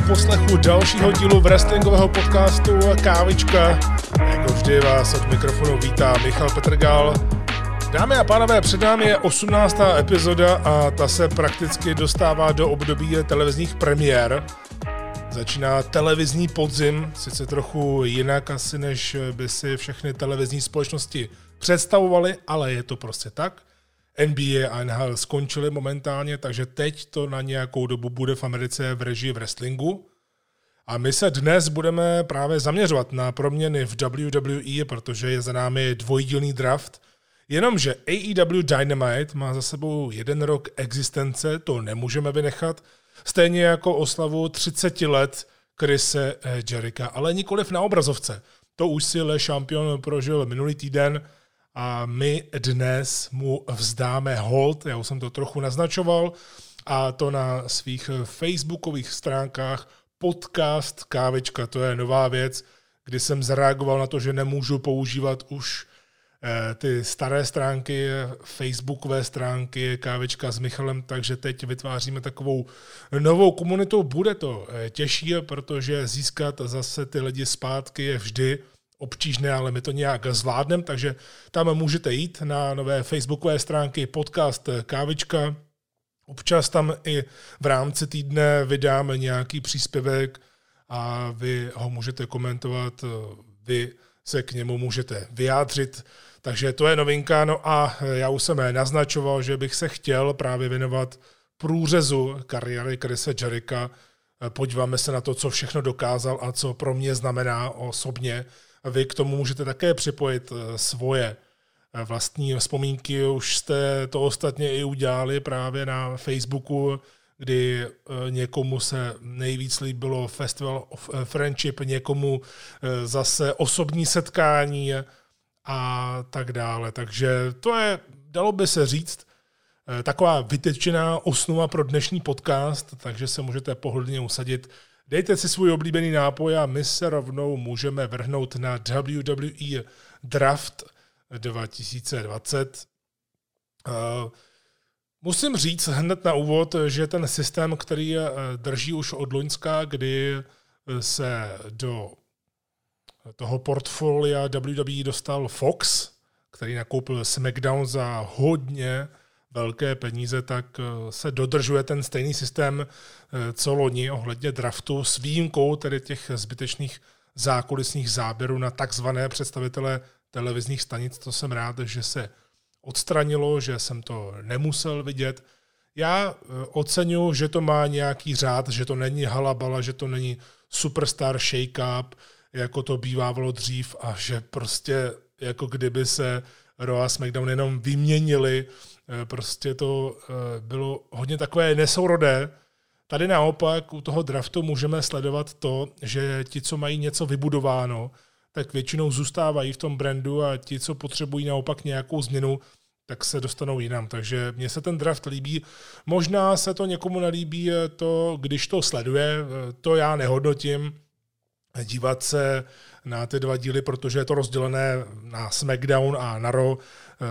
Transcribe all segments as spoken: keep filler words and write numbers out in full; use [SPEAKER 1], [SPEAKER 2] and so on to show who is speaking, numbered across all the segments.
[SPEAKER 1] poslechu dalšího dílu wrestlingového podcastu Kávička. Jako vždy vás od mikrofonu vítá Michal Petrgal. Dámy a pánové, před námi je osmnáctá epizoda a ta se prakticky dostává do období televizních premiér. Začíná televizní podzim, sice trochu jinak asi, než by si všechny televizní společnosti představovaly, ale je to prostě tak. N B A a N H L skončily momentálně, takže teď to na nějakou dobu bude v Americe v režii wrestlingu. A my se dnes budeme právě zaměřovat na proměny v W W E, protože je za námi dvojdílný draft. Jenomže A E W Dynamite má za sebou jeden rok existence, to nemůžeme vynechat, stejně jako oslavu třicet let Chrise Jericha, ale nikoliv na obrazovce. To už si Le Champion prožil minulý týden a my dnes mu vzdáme hold, já už jsem to trochu naznačoval, a to na svých facebookových stránkách podcast Kávička, to je nová věc, kdy jsem zareagoval na to, že nemůžu používat už ty staré stránky, facebookové stránky Kávička s Michalem, takže teď vytváříme takovou novou komunitu. Bude to těžší, protože získat zase ty lidi zpátky je vždy obtížné, ale my to nějak zvládneme, takže tam můžete jít na nové facebookové stránky podcast Kávička. Občas tam i v rámci týdne vydáme nějaký příspěvek a vy ho můžete komentovat, vy se k němu můžete vyjádřit. Takže to je novinka, no a já už jsem naznačoval, že bych se chtěl právě věnovat průřezu kariéry Chrise Jericha. Podíváme se na to, co všechno dokázal a co pro mě znamená osobně. Vy k tomu můžete také připojit svoje vlastní vzpomínky. Už jste to ostatně i udělali právě na Facebooku, kdy někomu se nejvíc líbilo Festival of Friendship, někomu zase osobní setkání a tak dále. Takže to je, dalo by se říct, taková vytečená osnova pro dnešní podcast, takže se můžete pohodlně usadit. Dejte si svůj oblíbený nápoj a my se rovnou můžeme vrhnout na W W E Draft dva tisíce dvacet. Uh, musím říct hned na úvod, že ten systém, který drží už od loňska, kdy se do toho portfolia W W E dostal Fox, který nakoupil SmackDown za hodně velké peníze, tak se dodržuje ten stejný systém, co loni ohledně draftu, s výjimkou tedy těch zbytečných zákulisních záběrů na takzvané představitele televizních stanic. To jsem rád, že se odstranilo, že jsem to nemusel vidět. Já oceňuji, že to má nějaký řád, že to není halabala, že to není superstar shake-up, jako to bývávalo dřív, a že prostě jako kdyby se Raw a SmackDown jenom vyměnili, prostě to bylo hodně takové nesourodé. Tady naopak u toho draftu můžeme sledovat to, že ti, co mají něco vybudováno, tak většinou zůstávají v tom brandu a ti, co potřebují naopak nějakou změnu, tak se dostanou jinam. Takže mně se ten draft líbí. Možná se to někomu nelíbí, to, když to sleduje, to já nehodnotím. Dívat se na ty dva díly, protože je to rozdělené na SmackDown a na Raw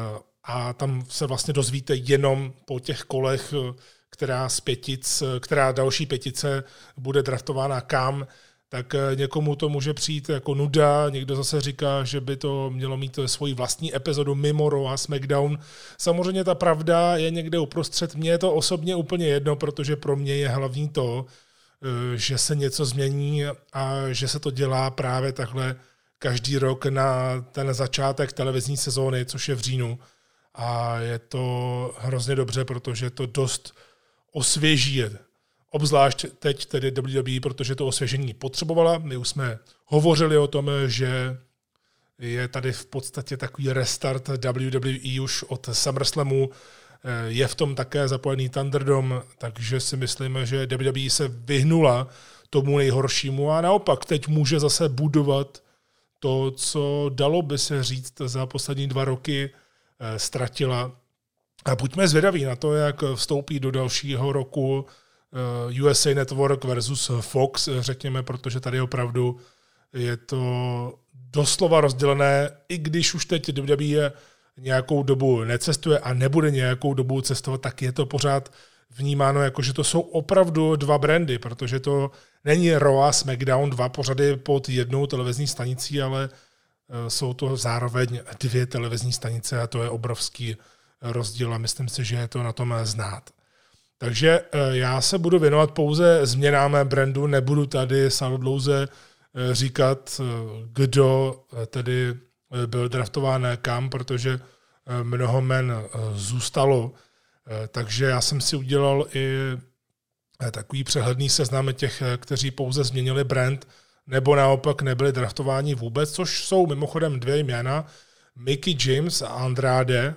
[SPEAKER 1] a tam se vlastně dozvíte jenom po těch kolech, která z pětic, která další pětice bude draftována kam, tak někomu to může přijít jako nuda, někdo zase říká, že by to mělo mít svoji vlastní epizodu mimo Raw a SmackDown. Samozřejmě ta pravda je někde uprostřed. Mně je to osobně úplně jedno, protože pro mě je hlavní to, že se něco změní a že se to dělá právě takhle každý rok na ten začátek televizní sezóny, což je v říjnu. A je to hrozně dobře, protože to dost osvěží. Obzvlášť teď tedy W W E, protože to osvěžení potřebovala. My už jsme hovořili o tom, že je tady v podstatě takový restart W W E už od SummerSlamu. Je v tom také zapojený Thunderdome, takže si myslím, že W W E se vyhnula tomu nejhoršímu a naopak teď může zase budovat to, co dalo by se říct za poslední dva roky ztratila. A buďme zvědaví na to, jak vstoupí do dalšího roku U S A Network versus Fox, řekněme, protože tady opravdu je to doslova rozdělené, i když už teď W W E nějakou dobu necestuje a nebude nějakou dobu cestovat, tak je to pořád vnímáno jako, že to jsou opravdu dva brandy, protože to není Raw a SmackDown, dva pořady pod jednou televizní stanicí, ale jsou to zároveň dvě televizní stanice a to je obrovský rozdíl a myslím si, že je to na tom znát. Takže já se budu věnovat pouze změnám brandu, nebudu tady sáhodlouze říkat, kdo tedy byl draftován kam, protože mnoho men zůstalo. Takže já jsem si udělal i takový přehledný seznam těch, kteří pouze změnili brand, nebo naopak nebyli draftováni vůbec, což jsou mimochodem dvě jména, Mickie James a Andrade,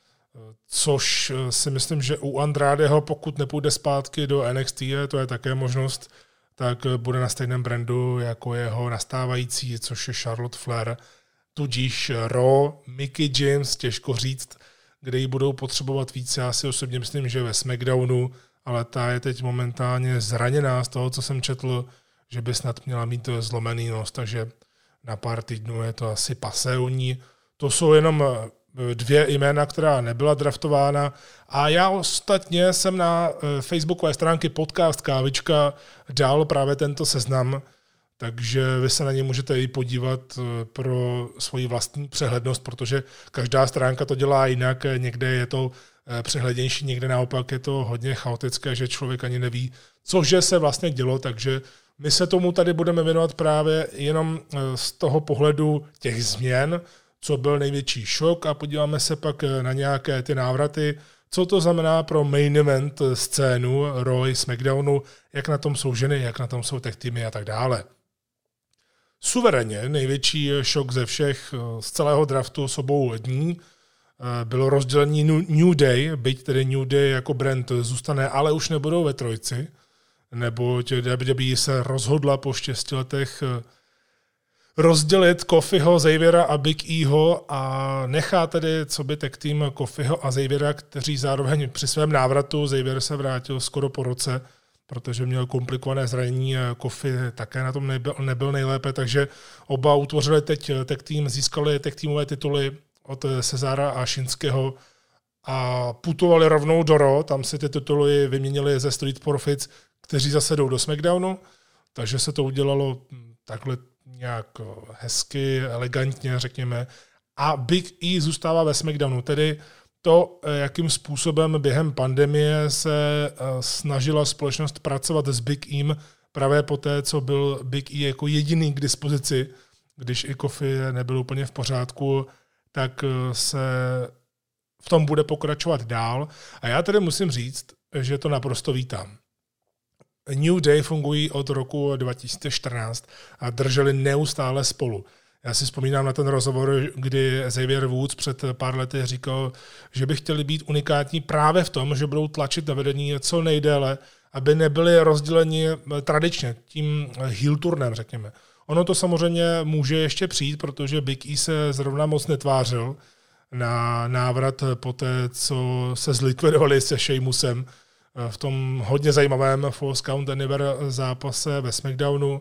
[SPEAKER 1] což si myslím, že u Andradeho, pokud nepůjde zpátky do N X T, to je také možnost, tak bude na stejném brandu jako jeho nastávající, což je Charlotte Flair, tudíž Raw, Mickie James, těžko říct, kde ji budou potřebovat víc. Já si osobně myslím, že ve SmackDownu, ale ta je teď momentálně zraněná z toho, co jsem četl, že by snad měla mít zlomený nos, takže na pár týdnů je to asi pasé u ní. To jsou jenom dvě jména, která nebyla draftována a já ostatně jsem na facebookové stránky Podcast Kávička dal právě tento seznam, takže vy se na ně můžete i podívat pro svoji vlastní přehlednost, protože každá stránka to dělá jinak, někde je to přehlednější, někde naopak je to hodně chaotické, že člověk ani neví, cože se vlastně dělo, takže my se tomu tady budeme věnovat právě jenom z toho pohledu těch změn, co byl největší šok a podíváme se pak na nějaké ty návraty, co to znamená pro main event scénu Raw, SmackDownu, jak na tom jsou ženy, jak na tom jsou tag týmy a tak dále. Suverénně největší šok ze všech z celého draftu s obou dní bylo rozdělení New Day, byť tedy New Day jako brand zůstane, ale už nebudou ve trojci, neboť W W E se rozhodla po šesti letech rozdělit Kofiho, Xaviera a Big Eho a nechá tedy co by tag tým Kofiho a Xaviera, kteří zároveň při svém návratu, Xavier se vrátil skoro po roce, protože měl komplikované zranění, Kofi také na tom nebyl, nebyl nejlépe, takže oba utvořili teď tag tým, získali tag týmové tituly od Cezára a Shinského a putovali rovnou do Raw, tam si ty tituly vyměnili ze Street Profits, kteří zase jdou do SmackDownu, takže se to udělalo takhle nějak hezky, elegantně, řekněme. A Big E zůstává ve SmackDownu, tedy to, jakým způsobem během pandemie se snažila společnost pracovat s Big E právě poté, co byl Big E jako jediný k dispozici, když i Kofi nebyl úplně v pořádku, tak se v tom bude pokračovat dál. A já tedy musím říct, že to naprosto vítám. New Day fungují od roku dva tisíce čtrnáct a drželi neustále spolu. Já si vzpomínám na ten rozhovor, kdy Xavier Woods před pár lety říkal, že by chtěli být unikátní právě v tom, že budou tlačit na vedení co nejdéle, aby nebyli rozděleni tradičně tím heel turnem, řekněme. Ono to samozřejmě může ještě přijít, protože Big E se zrovna moc netvářil na návrat po té, co se zlikvidovali se Sheamusem v tom hodně zajímavém Falls Count Anywhere zápase ve SmackDownu.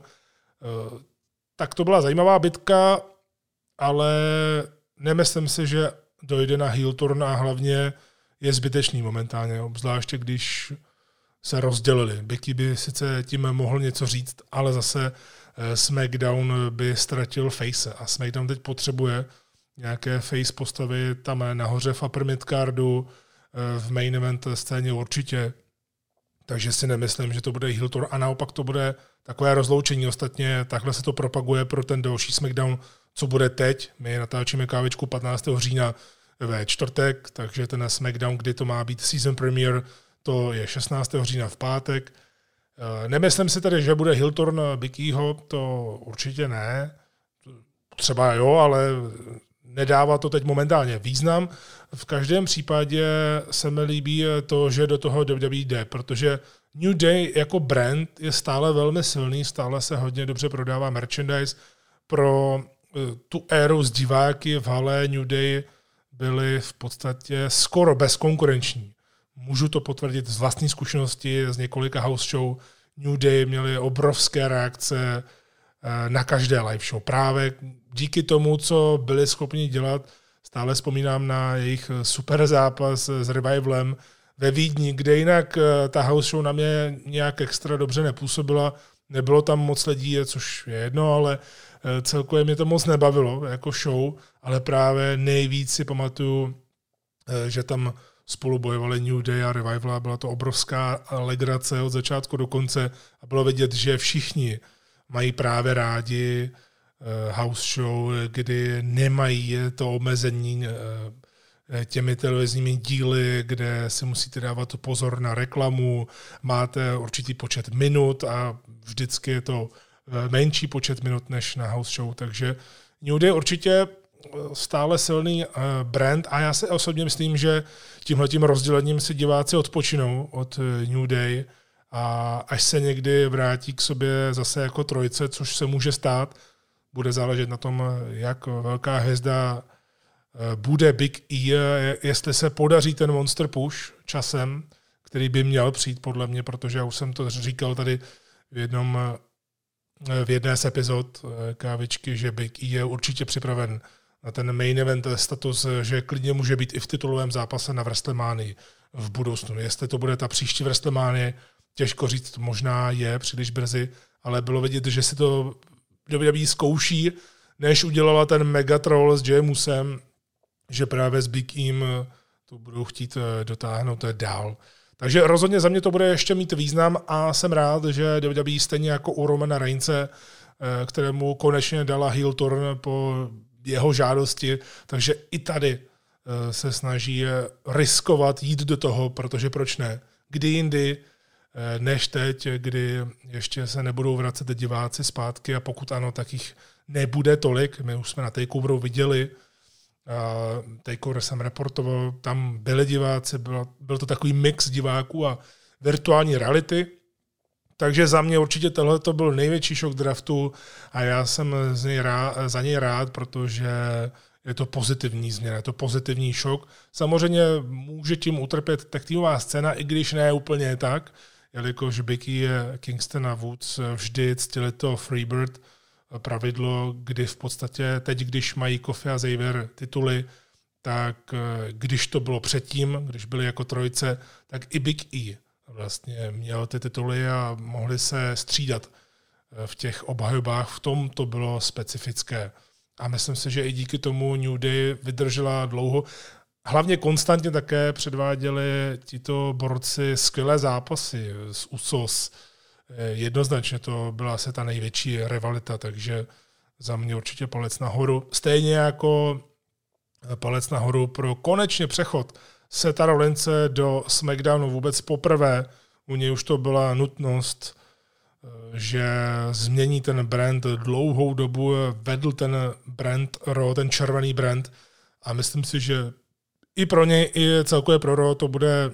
[SPEAKER 1] Tak to byla zajímavá bitka, ale nemyslím si, že dojde na heel turn a hlavně je zbytečný momentálně, obzvláště když se rozdělili. Becky by sice tím mohl něco říct, ale zase SmackDown by ztratil face a SmackDown teď potřebuje nějaké face postavy tam nahoře v upper midcardu, v main event scéně určitě. Takže si nemyslím, že to bude heel turn a naopak to bude takové rozloučení. Ostatně takhle se to propaguje pro ten další SmackDown, co bude teď. My natáčíme kávičku patnáctého října ve čtvrtek, takže ten SmackDown, kdy to má být season premiere, to je šestnáctého října v pátek. Nemyslím si tedy, že bude heel turn Big Eho, to určitě ne. Třeba jo, ale nedává to teď momentálně význam. V každém případě se mi líbí to, že do toho W W E jde, protože New Day jako brand je stále velmi silný, stále se hodně dobře prodává merchandise. Pro tu éru s diváky v hale New Day byli v podstatě skoro bezkonkurenční. Můžu to potvrdit z vlastní zkušenosti z několika house show. New Day měli obrovské reakce na každé live show. Právě díky tomu, co byli schopni dělat, stále vzpomínám na jejich super zápas s Revivalem ve Vídni, kde jinak ta house show na mě nějak extra dobře nepůsobila. Nebylo tam moc lidí, což je jedno, ale celkově mě to moc nebavilo jako show, ale právě nejvíc si pamatuju, že tam spolu bojovali New Day a Revival a byla to obrovská legrace od začátku do konce a bylo vidět, že všichni mají právě rádi house show, kdy nemají to omezení těmi televizními díly, kde si musíte dávat pozor na reklamu, máte určitý počet minut a vždycky je to menší počet minut než na house show, takže New Day určitě stále silný brand a já si osobně myslím, že tímhletím rozdělením si diváci odpočinou od New Day a až se někdy vrátí k sobě zase jako trojce, což se může stát, bude záležet na tom, jak velká hvězda bude Big E, jestli se podaří ten Monster Push časem, který by měl přijít podle mě, protože já už jsem to říkal tady v jednom v jedné z epizod Kávičky, že Big E je určitě připraven na ten main event status, že klidně může být i v titulovém zápase na WrestleManii v budoucnu. Jestli to bude ta příští WrestleMania, těžko říct, možná je příliš brzy, ale bylo vidět, že si to W W E zkouší, než udělala ten Megatroll s Jamusem, že právě s Big E to budou chtít dotáhnout dál. Takže rozhodně za mě to bude ještě mít význam a jsem rád, že W W E stejně jako u Romana Reignse, kterému konečně dala heel turn po jeho žádosti, takže i tady se snaží riskovat, jít do toho, protože proč ne? Kdy jindy, než teď, kdy ještě se nebudou vracet diváci zpátky a pokud ano, tak jich nebude tolik. My už jsme na Takeoveru viděli, Takeover jsem reportoval, tam byli diváci, byl, byl to takový mix diváků a virtuální reality, takže za mě určitě tohle to byl největší šok draftu a já jsem z něj rád, za něj rád, protože je to pozitivní změna, je to pozitivní šok. Samozřejmě může tím utrpět tag teamová scéna, i když ne úplně tak, jelikož Becky, Kingston a Woods vždy ctili to Freebird pravidlo, kdy v podstatě teď, když mají Kofi a Xavier tituly, tak když to bylo předtím, když byli jako trojce, tak i Big E vlastně měl ty tituly a mohli se střídat v těch obhajobách. V tom to bylo specifické. A myslím si, že i díky tomu New Day vydržela dlouho. Hlavně konstantně také předváděli tito borci skvělé zápasy z Usos. Jednoznačně to byla asi ta největší rivalita, takže za mě určitě palec nahoru. Stejně jako palec nahoru pro konečně přechod Setha Rollinse do SmackDownu vůbec poprvé. U něj už to byla nutnost, že změní ten brand. Dlouhou dobu vedl ten brand Raw, ten červený brand a myslím si, že i pro něj, i celkově pro Raw to bude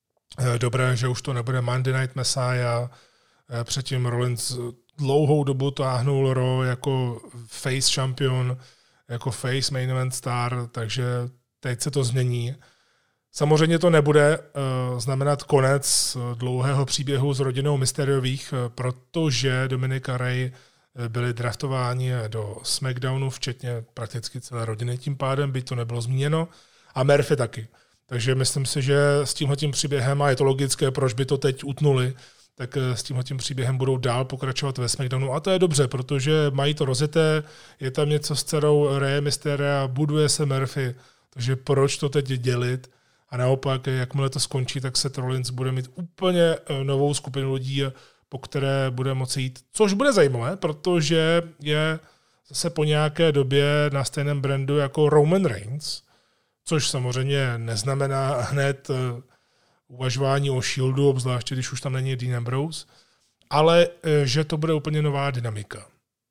[SPEAKER 1] dobré, že už to nebude Monday Night Messiah. Předtím Rollins dlouhou dobu táhnul Raw jako face champion, jako face main event star, takže teď se to změní. Samozřejmě to nebude uh, znamenat konec dlouhého příběhu s rodinou Mysteriových, protože Dominik a Rey byli draftováni do SmackDownu, včetně prakticky celé rodiny tím pádem, byť to nebylo zmíněno, a Murphy taky. Takže myslím si, že s tímhletím příběhem, a je to logické, proč by to teď utnuli, tak s tímhletím příběhem budou dál pokračovat ve SmackDownu. A to je dobře, protože mají to rozjeté, je tam něco s dcerou Rey Mysteria, buduje se Murphy, takže proč to teď dělit? A naopak, jakmile to skončí, tak Seth Rollins bude mít úplně novou skupinu lidí, po které bude moci jít. Což bude zajímavé, protože je zase po nějaké době na stejném brandu jako Roman Reigns, což samozřejmě neznamená hned uvažování o Shieldu, obzvláště když už tam není Dean Ambrose, ale že to bude úplně nová dynamika.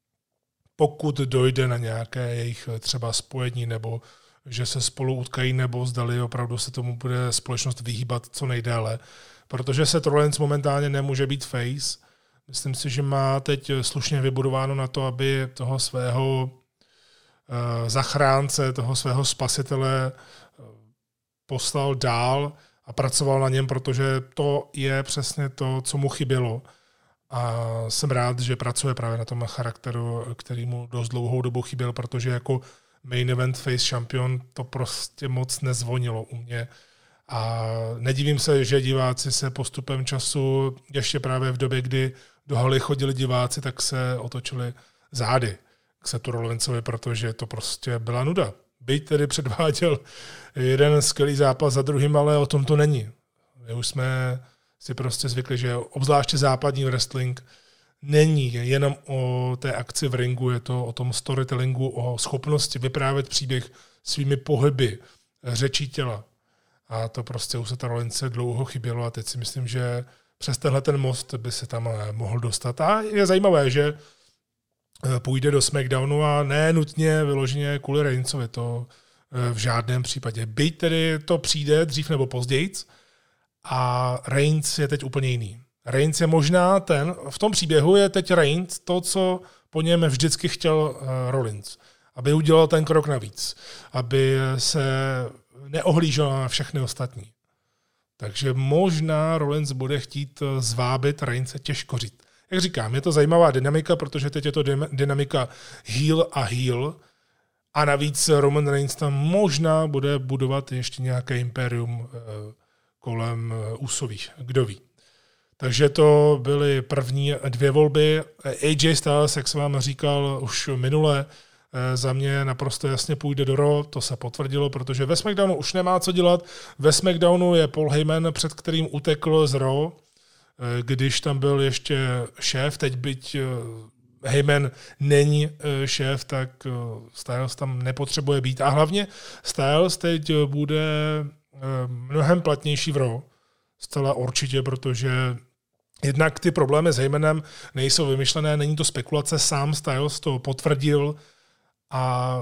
[SPEAKER 1] Pokud dojde na nějaké jejich třeba spojení nebo že se spolu utkají nebo zdali opravdu se tomu bude společnost vyhýbat co nejdéle. Protože Seth Rollins momentálně nemůže být face. Myslím si, že má teď slušně vybudováno na to, aby toho svého uh, zachránce, toho svého spasitele uh, poslal dál a pracoval na něm, protože to je přesně to, co mu chybělo. A jsem rád, že pracuje právě na tom charakteru, který mu dost dlouhou dobu chyběl, protože jako main event face champion to prostě moc nezvonilo u mě. A nedivím se, že diváci se postupem času, ještě právě v době, kdy do haly chodili diváci, tak se otočili zády k Setu Rollinsovi, protože to prostě byla nuda. Byť tedy předváděl jeden skvělý zápas za druhým, ale o tom to není. My už jsme si prostě zvykli, že obzvláště západní wrestling není jenom o té akci v ringu, je to o tom storytellingu, o schopnosti vyprávět příběh svými pohyby, řečí těla. A to prostě u Seta Rollinse dlouho chybělo a teď si myslím, že přes tenhle ten most by se tam mohl dostat. A je zajímavé, že půjde do SmackDownu a ne nutně vyloženě kvůli Reignsovi, to v žádném případě. Byť tedy to přijde dřív nebo později a Reigns je teď úplně jiný. Reigns je možná ten, v tom příběhu je teď Reigns to, co po něm vždycky chtěl Rollins. Aby udělal ten krok navíc. Aby se neohlížel na všechny ostatní. Takže možná Rollins bude chtít zvábit Reignse, těžko říct. Jak říkám, je to zajímavá dynamika, protože teď je to dynamika heel a heel a navíc Roman Reigns tam možná bude budovat ještě nějaké impérium kolem Usových, kdo ví. Takže to byly první dvě volby. A J Styles, jak jsem vám říkal už minule, za mě naprosto jasně půjde do Raw, to se potvrdilo, protože ve SmackDownu už nemá co dělat. Ve SmackDownu je Paul Heyman, před kterým utekl z Raw, když tam byl ještě šéf, teď byť Heyman není šéf, tak Styles tam nepotřebuje být. A hlavně Styles teď bude mnohem platnější v Raw, zcela určitě, protože jednak ty problémy s Heymanem nejsou vymyšlené, není to spekulace, sám Styles to potvrdil a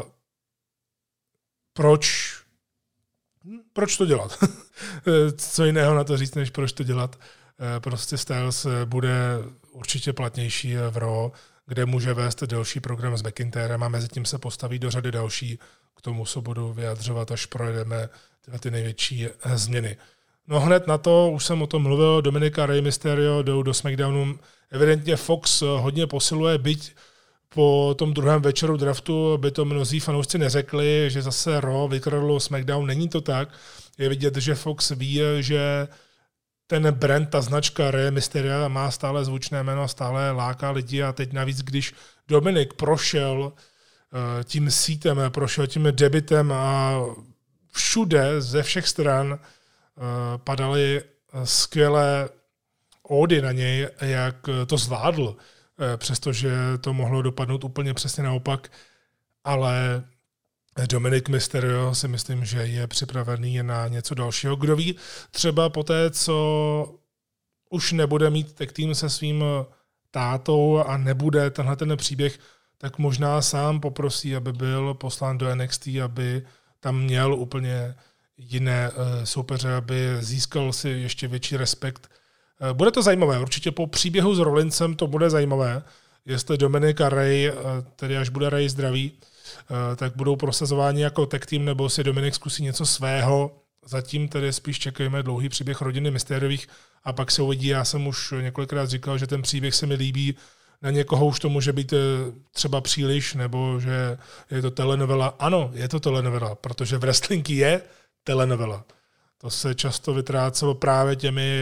[SPEAKER 1] proč, proč to dělat? Co jiného na to říct, než proč to dělat? Prostě Styles bude určitě platnější v Raw, kde může vést delší program s McIntyrem a mezi tím se postaví do řady další. K tomu se budu vyjadřovat, až projedeme ty největší změny. No hned na to, už jsem o tom mluvil, Dominika, Rey Mysterio jdou do SmackDownu. Evidentně Fox hodně posiluje, byť po tom druhém večeru draftu by to mnozí fanoušci neřekli, že zase Raw vykradlo SmackDown. Není to tak. Je vidět, že Fox ví, že ten brand, ta značka Rey Mysterio má stále zvučné jméno, stále láká lidi a teď navíc, když Dominik prošel tím sítem, prošel tím debitem a všude, ze všech stran padaly skvělé ódy na něj, jak to zvládl, přestože to mohlo dopadnout úplně přesně naopak, ale Dominik Mysterio si myslím, že je připravený na něco dalšího. Kdo ví, třeba po té, co už nebude mít tag team se svým tátou a nebude tenhle ten příběh, tak možná sám poprosí, aby byl poslán do N X T, aby tam měl úplně jiné soupeře, aby získal si ještě větší respekt. Bude to zajímavé, určitě po příběhu s Rollinsem to bude zajímavé, jestli Dominik a Rey, tedy až bude Rey zdravý, tak budou prosazováni jako tag team, nebo si Dominik zkusí něco svého. Zatím tedy spíš čekejme dlouhý příběh rodiny Mysteriových a pak se uvidí. Já jsem už několikrát říkal, že ten příběh se mi líbí. Na někoho už to může být třeba příliš, nebo že je to telenovela. Ano, je to telenovela, protože wrestling je telenovela. To se často vytrácelo právě těmi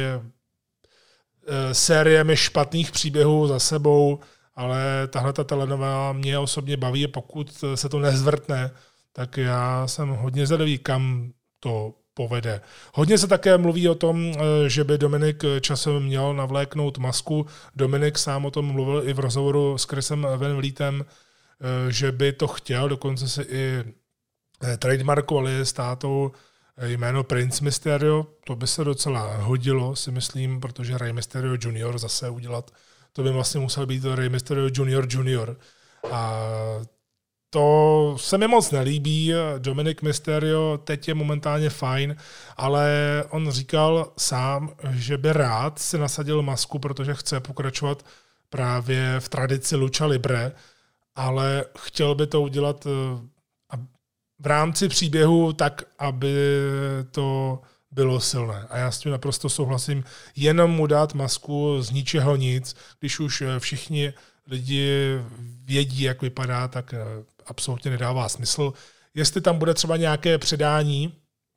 [SPEAKER 1] sériemi špatných příběhů za sebou, ale tahle ta telenovela mě osobně baví, pokud se to nezvrtne, tak já jsem hodně zvědavý, kam to povede. Hodně se také mluví o tom, že by Dominik časem měl navléknout masku. Dominik sám o tom mluvil i v rozhovoru s Chrisem Van Vlietem, že by to chtěl, dokonce si i trademarkovali s tátou jméno Prince Mysterio. To by se docela hodilo, si myslím, protože Rey Mysterio junior zase udělat. To by vlastně musel být Rey Mysterio junior junior. A to se mi moc nelíbí. Dominik Mysterio teď je momentálně fajn, ale on říkal sám, že by rád si nasadil masku, protože chce pokračovat právě v tradici Lucha Libre, ale chtěl by to udělat v rámci příběhu tak, aby to bylo silné. A já s tím naprosto souhlasím. Jenom mu dát masku z ničeho nic, když už všichni lidi vědí, jak vypadá, tak absolutně nedává smysl. Jestli tam bude třeba nějaké předání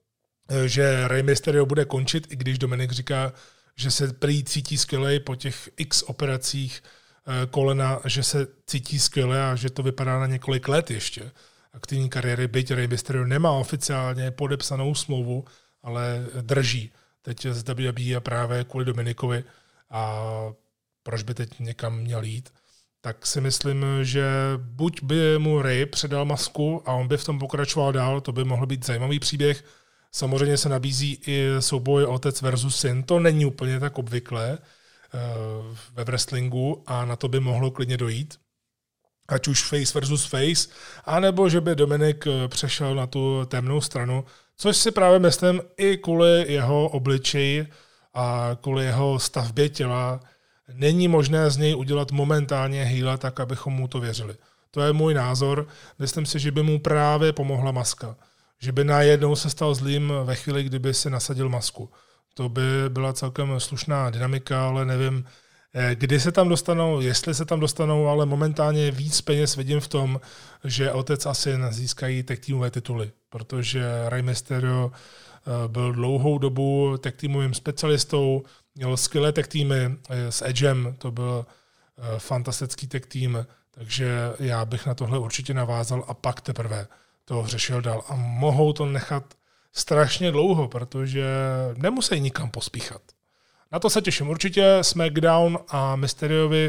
[SPEAKER 1] že Rey Mysterio bude končit, i když Dominik říká, že se prý cítí skvěle po těch x operacích kolena, že se cítí skvěle a že to vypadá na několik let ještě aktivní kariéry, byť Rey Mysterio nemá oficiálně podepsanou smlouvu, ale drží teď z W W E právě kvůli Dominikovi a proč by teď někam měl jít, tak si myslím, že buď by mu Rey předal masku a on by v tom pokračoval dál, to by mohl být zajímavý příběh. Samozřejmě se nabízí i souboj otec versus syn, to není úplně tak obvyklé ve wrestlingu a na to by mohlo klidně dojít. Ať už face versus face, anebo že by Dominik přešel na tu temnou stranu, což si právě myslím i kvůli jeho obličeji a kvůli jeho stavbě těla není možné z něj udělat momentálně heala tak, abychom mu to věřili. To je můj názor. Myslím si, že by mu právě pomohla maska. Že by najednou se stal zlým ve chvíli, kdyby si nasadil masku. To by byla celkem slušná dynamika, ale nevím, kdy se tam dostanou, jestli se tam dostanou, ale momentálně víc peněz vidím v tom, že otec a syn získají tag teamové tituly, protože Rey Mysterio byl dlouhou dobu tag teamovým specialistou, měl skvělé tag týmy s Edgem, to byl fantastický tag team, takže já bych na tohle určitě navázal a pak teprve to řešil dál. A mohou to nechat strašně dlouho, protože nemusí nikam pospíchat. Na to se těším. Určitě SmackDown a Mysteriovi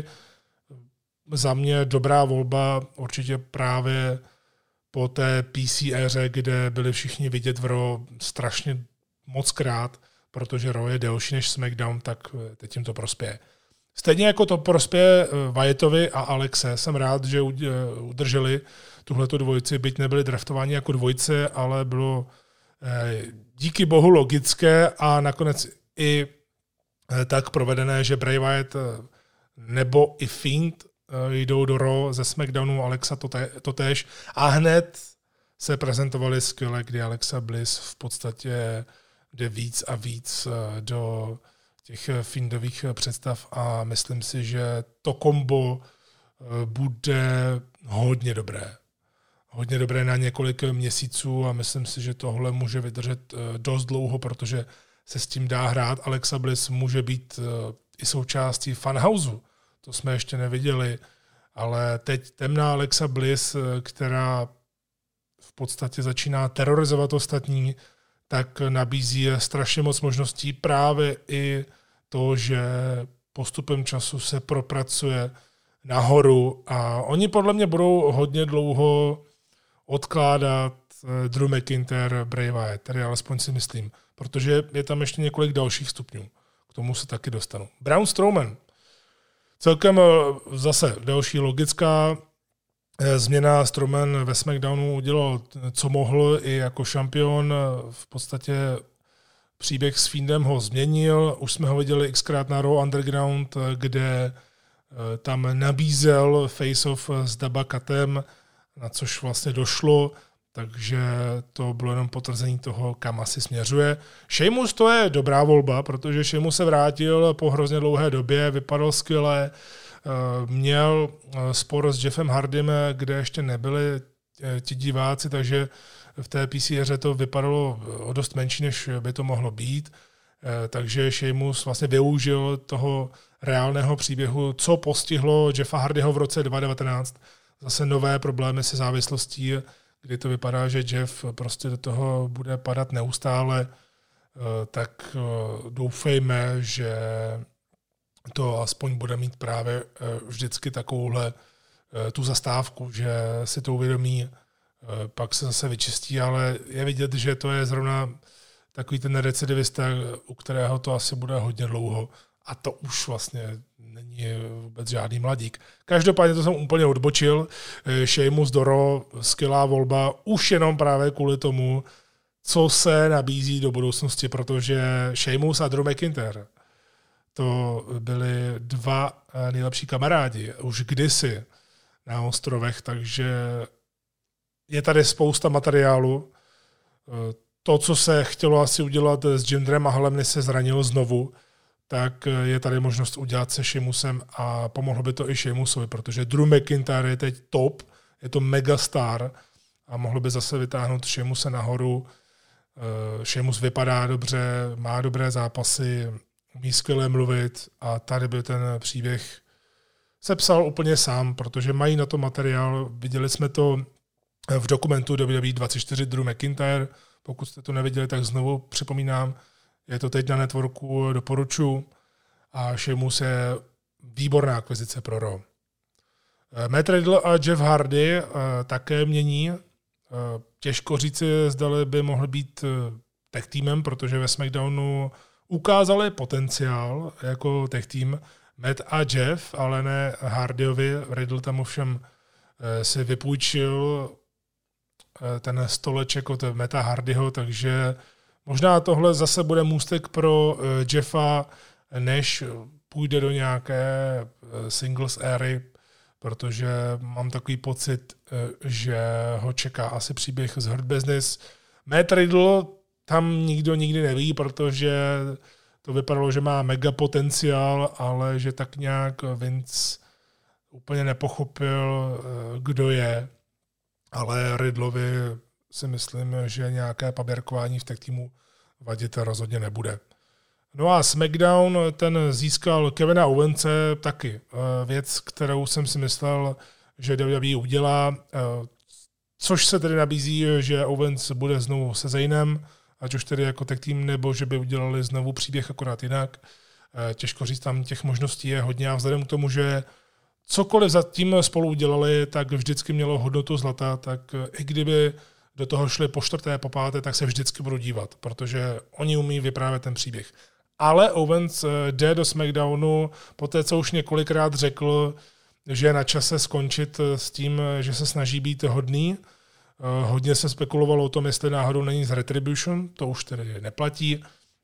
[SPEAKER 1] za mě dobrá volba, určitě právě po té P C éře, kde byli všichni vidět v Raw strašně moc krát, protože Raw je delší než SmackDown, tak teď jim to prospěje. Stejně jako to prospěje Wyattovi a Alexe, jsem rád, že udrželi tuhleto dvojici, byť nebyli draftováni jako dvojice, ale bylo díky bohu logické a nakonec i tak provedené, že Bray Wyatt nebo i Fiend jdou do Raw ze SmackDownu, Alexa to též a hned se prezentovali skvěle, kdy Alexa Bliss v podstatě jde víc a víc do těch Fiendových představ a myslím si, že to kombo bude hodně dobré. Hodně dobré na několik měsíců a myslím si, že tohle může vydržet dost dlouho, protože se s tím dá hrát. Alexa Bliss může být i součástí Funhouse. To jsme ještě neviděli, ale teď temná Alexa Bliss, která v podstatě začíná terorizovat ostatní, tak nabízí strašně moc možností, právě i to, že postupem času se propracuje nahoru a oni podle mě budou hodně dlouho odkládat Drew McIntyre, Bray Wyatt, tedy alespoň si myslím, protože je tam ještě několik dalších stupňů. K tomu se taky dostanu. Braun Strowman. Celkem zase další logická změna. Strowman ve SmackDownu udělal, co mohl, i jako šampion. V podstatě příběh s Fiendem ho změnil. Už jsme ho viděli xkrát na Raw Underground, kde tam nabízel face-off s Dabba-Katem, na což vlastně došlo, takže to bylo jenom potvrzení toho, kam asi směřuje. Sheamus to je dobrá volba, protože Sheamus se vrátil po hrozně dlouhé době, vypadal skvěle, měl spor s Jeffem Hardym, kde ještě nebyli ti diváci, takže v té P C éře to vypadalo o dost menší, než by to mohlo být. Takže Sheamus vlastně využil toho reálného příběhu, co postihlo Jeffa Hardyho v roce dva tisíce devatenáct. Zase nové problémy se závislostí, kdy to vypadá, že Jeff prostě do toho bude padat neustále, tak doufejme, že to aspoň bude mít právě vždycky takovouhle tu zastávku, že si to uvědomí, pak se zase vyčistí, ale je vidět, že to je zrovna takový ten recidivista, u kterého to asi bude hodně dlouho a to už vlastně není vůbec žádný mladík. Každopádně to jsem úplně odbočil. Sheamus do Raw, skvělá volba, už jenom právě kvůli tomu, co se nabízí do budoucnosti, protože Sheamus a Drew McIntyre to byli dva nejlepší kamarádi už kdysi na ostrovech, takže je tady spousta materiálu. To, co se chtělo asi udělat s Jindrem Mahalem, než se zranil znovu, tak je tady možnost udělat se Sheamusem a pomohlo by to i Sheamusovi, protože Drew McIntyre je teď top, je to megastar a mohlo by zase vytáhnout Sheamuse nahoru. Sheamus vypadá dobře, má dobré zápasy, umí skvěle mluvit a tady by ten příběh sepsal úplně sám, protože mají na to materiál. Viděli jsme to v dokumentu W W E dvacet čtyři Drew McIntyre. Pokud jste to neviděli, tak znovu připomínám, je to teď na networku, doporučuji. A Sheamus je výborná akvizice pro Raw. Matt Riddle a Jeff Hardy také mění. Těžko říci, zdali by mohl být tag týmem, protože ve SmackDownu ukázali potenciál jako tag tým Matt a Jeff, ale ne Hardyovi. Riddle tam ovšem si vypůjčil ten stoleček od Matta Hardyho, takže možná tohle zase bude můstek pro Jeffa, než půjde do nějaké singles éry, protože mám takový pocit, že ho čeká asi příběh z Hurt Business. Matt Riddle tam nikdo nikdy neví, protože to vypadalo, že má mega potenciál, ale že tak nějak Vince úplně nepochopil, kdo je. Ale Riddlovi si myslím, že nějaké paběrkování v tak týmu vadit rozhodně nebude. No a SmackDown ten získal Kevina Owense taky. Věc, kterou jsem si myslel, že W W E udělá, což se tedy nabízí, že Owens bude znovu se Zaynem, ať už tedy jako tag team, nebo že by udělali znovu příběh akorát jinak. Těžko říct, tam těch možností je hodně a vzhledem k tomu, že cokoliv zatím spolu udělali, tak vždycky mělo hodnotu zlata, tak i kdyby do toho šli po čtvrté, po páté, tak se vždycky budu dívat, protože oni umí vyprávět ten příběh. Ale Owens jde do SmackDownu po té, co už několikrát řekl, že je na čase skončit s tím, že se snaží být hodný. Hodně se spekulovalo o tom, jestli náhodou není z Retribution, to už tedy neplatí.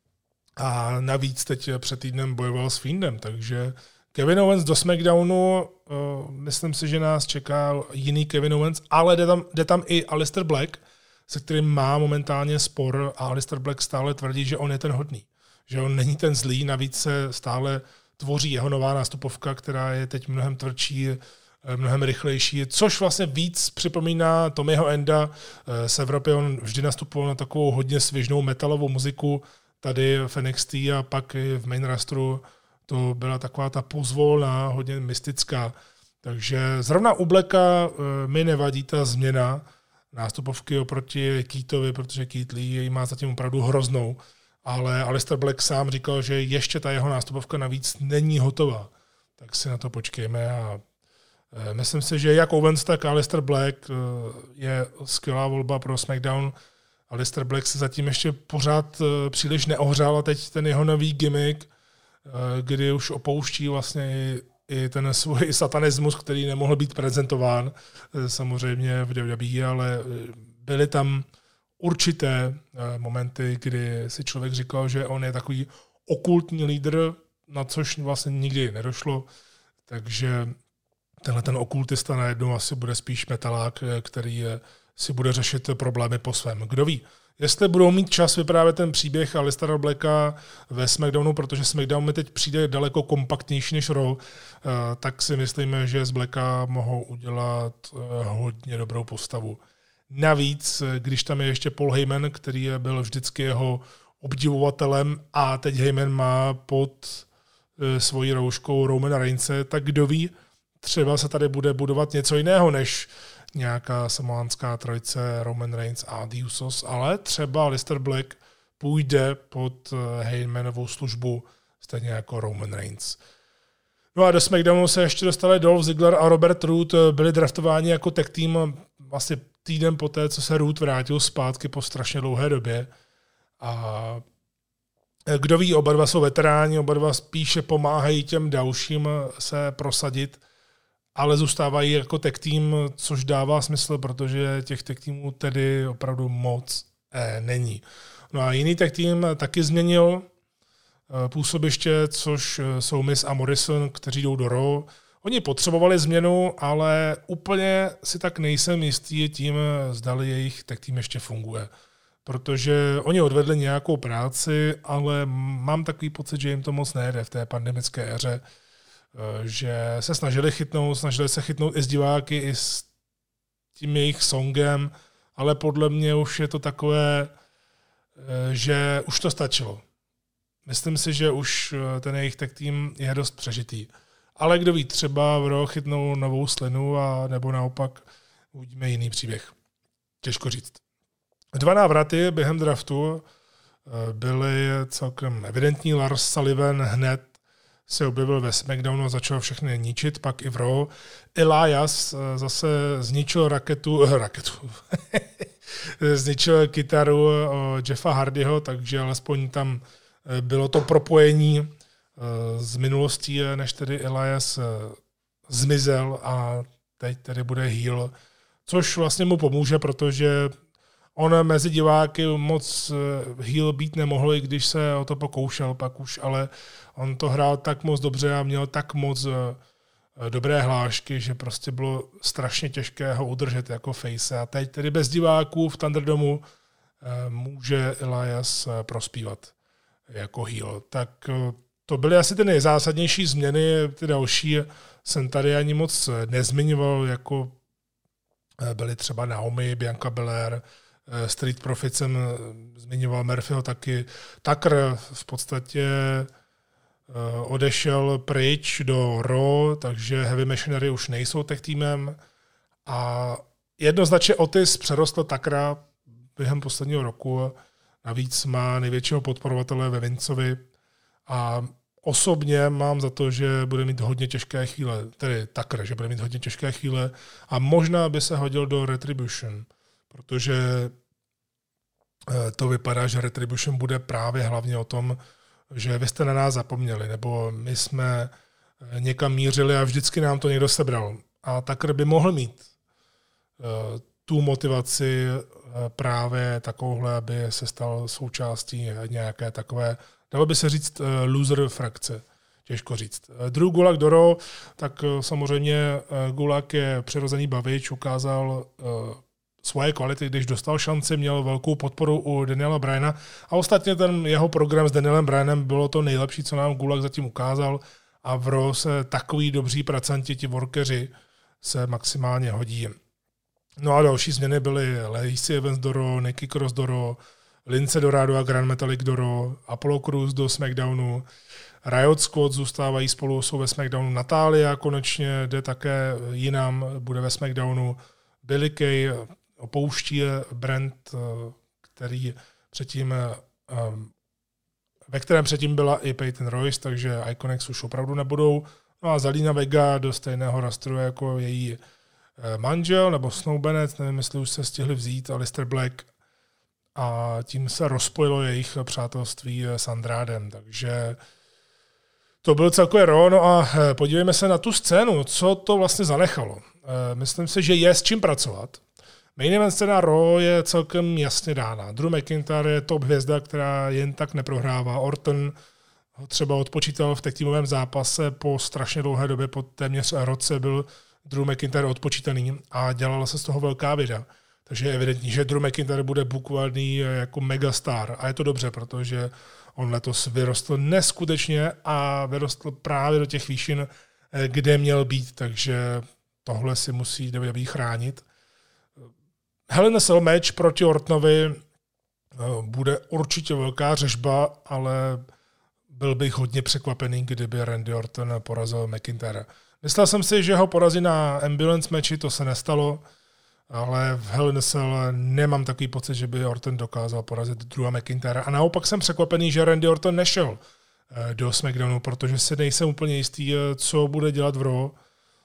[SPEAKER 1] A navíc teď před týdnem bojoval s Fiendem, takže Kevin Owens do SmackDownu, uh, myslím si, že nás čeká jiný Kevin Owens, ale jde tam, jde tam i Aleister Black, se kterým má momentálně spor a Aleister Black stále tvrdí, že on je ten hodný. Že on není ten zlý, navíc se stále tvoří jeho nová nástupovka, která je teď mnohem tvrdší, mnohem rychlejší, což vlastně víc připomíná Tommyho Enda. Z Evropy on vždy nastupoval na takovou hodně svěžnou metalovou muziku, tady v N X T a pak i v main rosteru to byla taková ta pozvolná, hodně mystická. Takže zrovna u Blacka mi nevadí ta změna nástupovky oproti Keithovi, protože Keith Lee ji má zatím opravdu hroznou. Ale Aleister Black sám říkal, že ještě ta jeho nástupovka navíc není hotová. Tak si na to počkejme a myslím si, že jak Owens, tak Aleister Black je skvělá volba pro SmackDown. Aleister Black se zatím ještě pořád příliš neohřál a teď ten jeho nový gimmick, kdy už opouští vlastně i, i ten svůj satanismus, který nemohl být prezentován samozřejmě v W W E, ale byly tam určité momenty, kdy si člověk říkal, že on je takový okultní lídr, na což vlastně nikdy nedošlo, takže tenhle ten okultista najednou asi bude spíš metalák, který si bude řešit problémy po svém. Kdo ví, jestli budou mít čas vyprávět ten příběh Aleistera Blacka ve SmackDownu, protože SmackDown mi teď přijde daleko kompaktnější než Raw, tak si myslíme, že z Blacka mohou udělat hodně dobrou postavu. Navíc, když tam je ještě Paul Heyman, který byl vždycky jeho obdivovatelem a teď Heyman má pod svojí rouškou Romana Reignse, tak kdo ví, třeba se tady bude budovat něco jiného než nějaká samoánská trojice Roman Reigns a The Usos, ale třeba Aleister Black půjde pod Heymanovou službu stejně jako Roman Reigns. No a do SmackDownu se ještě dostali Dolph Ziggler a Robert Roode, byli draftováni jako tag team vlastně týden poté, co se Roode vrátil zpátky po strašně dlouhé době. A kdo ví, oba dva jsou veteráni, oba dva spíše pomáhají těm dalším se prosadit, ale zůstávají jako tag team, což dává smysl, protože těch tag teamů tedy opravdu moc eh, není. No a jiný tag team taky změnil eh, působiště, což jsou Miz a Morrison, kteří jdou do Raw. Oni potřebovali změnu, ale úplně si tak nejsem jistý tím, zdali jejich tag team ještě funguje. Protože oni odvedli nějakou práci, ale mám takový pocit, že jim to moc nejde v té pandemické éře, že se snažili chytnout, snažili se chytnout i s diváky, i s tím jejich songem, ale podle mě už je to takové že už to stačilo. Myslím si, že už ten jejich tag tým je dost přežitý. Ale kdo ví, třeba v Raw chytnou novou slinu a nebo naopak uvidíme jiný příběh. Těžko říct. Dva návraty během draftu byly celkem evidentní. Lars Sullivan hned se objevil ve SmackDownu a začal všechny ničit, pak i v Raw. Elias zase zničil raketu, raketu, zničil kytaru Jeffa Hardyho, takže alespoň tam bylo to propojení z minulostí, než tedy Elias zmizel a teď tedy bude heel, což vlastně mu pomůže, protože on mezi diváky moc heel být nemohl, i když se o to pokoušel pak už, ale on to hrál tak moc dobře a měl tak moc dobré hlášky, že prostě bylo strašně těžké ho udržet jako face. A teď tedy bez diváků v Thunderdomu může Elias prospívat jako heel. Tak to byly asi ty nejzásadnější změny, ty další jsem tady ani moc nezmiňoval, jako byly třeba Naomi, Bianca Belair, Street Profits jsem zmiňoval, Murphyho taky. Tucker v podstatě odešel pryč do Raw, takže Heavy Machinery už nejsou tag týmem a jednoznačně Otis přerostl Tuckera během posledního roku. Navíc má největšího podporovatele ve Vincovi a osobně mám za to, že bude mít hodně těžké chvíle, tedy Tucker, že bude mít hodně těžké chvíle a možná by se hodil do Retribution, protože to vypadá, že Retribution bude právě hlavně o tom, že vy jste na nás zapomněli, nebo my jsme někam mířili a vždycky nám to někdo sebral. A Tucker by mohl mít tu motivaci právě takovouhle, aby se stal součástí nějaké takové, dalo by se říct, loser frakce. Těžko říct. Drew Gulak do Raw, tak samozřejmě Gulak je přirozený bavič, ukázal svoje kvality, když dostal šanci, měl velkou podporu u Daniela Bryana a ostatně ten jeho program s Danielem Bryanem bylo to nejlepší, co nám Gulak zatím ukázal a v Raw se takový dobří pracanti, ti workeři se maximálně hodí. No a další změny byly Lacey Evans do Raw, Nikki Cross do Raw, Lince Dorado a Grand Metalik do Raw, Apollo Crews do SmackDownu, Riot Squad zůstávají spolu, jsou ve SmackDownu, Natália konečně jde také jinam, bude ve SmackDownu, Billie Kay opouští brand, který předtím, ve kterém předtím byla i Peyton Royce, takže Iconics už opravdu nebudou. No a Zelina Vega do stejného rastru jako její manžel, nebo Snow Bennett, nevím, jestli už se stihli vzít, Aleister Black, a tím se rozpojilo jejich přátelství s Andrádem, takže to byl celkově Raw. No a podívejme se na tu scénu, co to vlastně zanechalo. Myslím si, že je s čím pracovat. Main event scéna Raw je celkem jasně dána. Drew McIntyre je top hvězda, která jen tak neprohrává. Orton ho třeba odpočítal v tag teamovém zápase po strašně dlouhé době, po téměř roce byl Drew McIntyre odpočítaný a dělala se z toho velká věda. Takže je evidentní, že Drew McIntyre bude bookovaný jako megastar. A je to dobře, protože on letos vyrostl neskutečně a vyrostl právě do těch výšin, kde měl být. Takže tohle si musí W W E chránit. Hell in a Cell match proti Ortonovi bude určitě velká řežba, ale byl bych hodně překvapený, kdyby Randy Orton porazil McIntyre. Myslel jsem si, že ho porazí na ambulance matchi, to se nestalo, ale v Hell in a Cell nemám takový pocit, že by Orton dokázal porazit Drewa McIntyre. A naopak jsem překvapený, že Randy Orton nešel do SmackDownu, protože si nejsem úplně jistý, co bude dělat v Raw,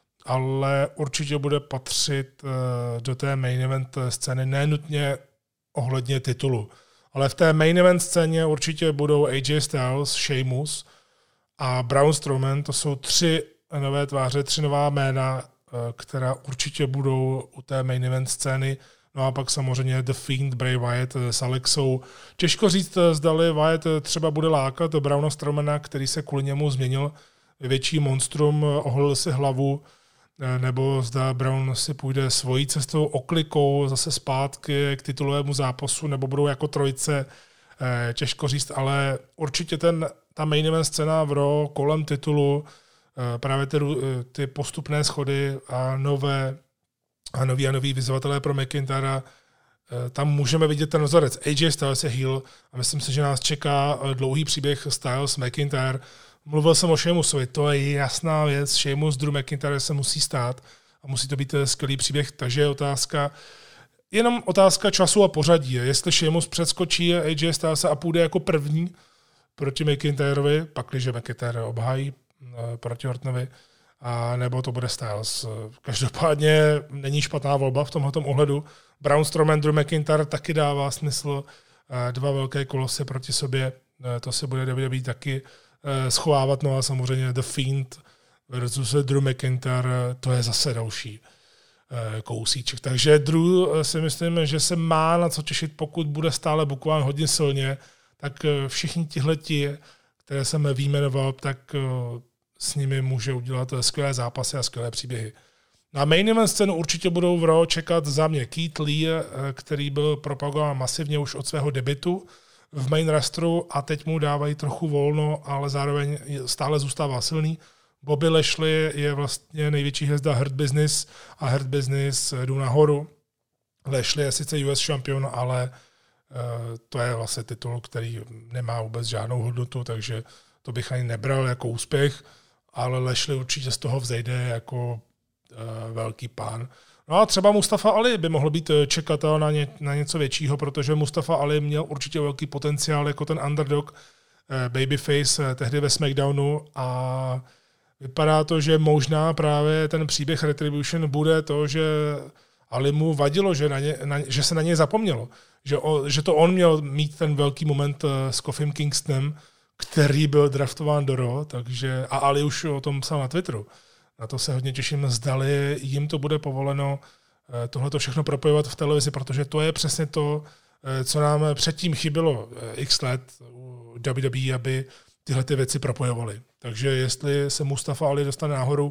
[SPEAKER 1] ale určitě bude patřit do té main event scény, nenutně ohledně titulu. Ale v té main event scéně určitě budou A J Styles, Sheamus a Braun Strowman. To jsou tři nové tváře, tři nová jména, která určitě budou u té main event scény. No a pak samozřejmě The Fiend, Bray Wyatt s Alexou. Těžko říct, zdali Wyatt třeba bude lákat Brauna Strowmana, který se kvůli němu změnil větší monstrum, oholil si hlavu, nebo zda Braun si půjde svojí cestou oklikou zase zpátky k titulovému zápasu, nebo budou jako trojce, těžko říct, ale určitě ten, ta main event scéna v Raw kolem titulu, právě ty, ty postupné schody a nové a noví a noví vyzvatelé pro McIntyra tam můžeme vidět ten vzorec. A J Styles je heel a myslím si, že nás čeká dlouhý příběh Styles McIntyre. Mluvil jsem o Sheamusovi, to je jasná věc, Sheamus, Drew McIntyre se musí stát a musí to být skvělý příběh, takže je otázka, jenom otázka času a pořadí. Jestli Sheamus předskočí A J Styles a půjde jako první proti McIntyrovi, pakliže McIntyre obhájí proti Ortonovi, a nebo to bude Styles. Každopádně není špatná volba v tomto ohledu. Braun Strowman, Drew McIntyre taky dává smysl. Dva velké kolosy proti sobě, to se bude W W E taky schovávat. No a samozřejmě The Fiend versus Drew McIntyre, to je zase další kousíček. Takže Drew si myslím, že se má na co těšit, pokud bude stále bukován hodně silně, tak všichni tihleti, které jsem vyjmenoval, tak s nimi může udělat skvělé zápasy a skvělé příběhy. Na main event scénu určitě budou v Raw čekat za mě Keith Lee, který byl propagován masivně už od svého debutu v main rosteru a teď mu dávají trochu volno, ale zároveň stále zůstává silný. Bobby Lashley je vlastně největší hvězda Hurt Business a Hurt Business jdou nahoru. Lashley je sice U S šampion, ale to je vlastně titul, který nemá vůbec žádnou hodnotu, takže to bych ani nebral jako úspěch, ale Lashley určitě z toho vzejde jako uh, velký pán. No a třeba Mustafa Ali by mohl být čekatel na, ně, na něco většího, protože Mustafa Ali měl určitě velký potenciál jako ten underdog uh, babyface uh, tehdy ve SmackDownu a vypadá to, že možná právě ten příběh Retribution bude to, že Ali mu vadilo, že, na ně, na, že se na něj zapomnělo. Že, o, že to on měl mít ten velký moment uh, s Koffim Kingstonem, který byl draftován do Raw, takže, a Ali už o tom psal na Twitteru. Na to se hodně těším, zdali jim to bude povoleno tohleto všechno propojovat v televizi, protože to je přesně to, co nám předtím chybilo x let u W W E, aby tyhle ty věci propojovaly. Takže jestli se Mustafa Ali dostane nahoru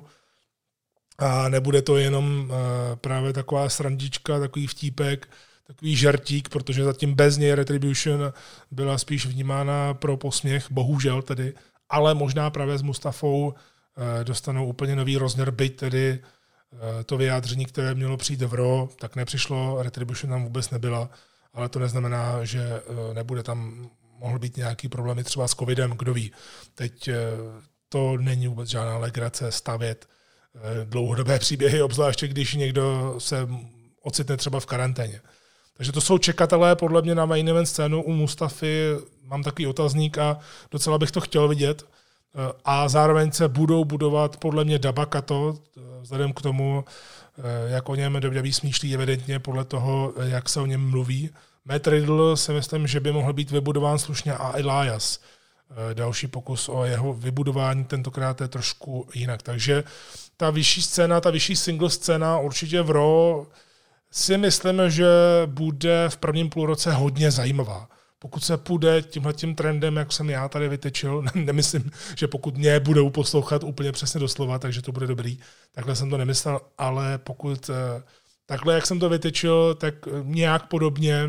[SPEAKER 1] a nebude to jenom právě taková srandička, takový vtípek, takový žartík, protože zatím bez něj Retribution byla spíš vnímána pro posměch, bohužel tedy, ale možná právě s Mustafou dostanou úplně nový rozměr, byť tedy to vyjádření, které mělo přijít v Raw, tak nepřišlo, Retribution tam vůbec nebyla, ale to neznamená, že nebude tam, mohl být nějaký problémy třeba s covidem, kdo ví. Teď to není vůbec žádná legrace stavět dlouhodobé příběhy, obzvláště když někdo se ocitne třeba v karanténě. Takže to jsou čekatelé podle mě na main event scénu. U Mustafy mám takový otazník a docela bych to chtěl vidět. A zároveň se budou budovat podle mě Dabakato, vzhledem k tomu, jak o něm W W E smýšlí evidentně podle toho, jak se o něm mluví. Matt Riddle si myslím, že by mohl být vybudován slušně a Elias. Další pokus o jeho vybudování tentokrát je trošku jinak. Takže ta vyšší scéna, ta vyšší single scéna určitě v Raw si myslím, že bude v prvním půlroce hodně zajímavá. Pokud se půjde tímhletím trendem, jak jsem já tady vytyčil, nemyslím, že pokud mě budou poslouchat úplně přesně doslova, takže to bude dobrý, takhle jsem to nemyslel, ale pokud takhle, jak jsem to vytyčil, tak nějak podobně,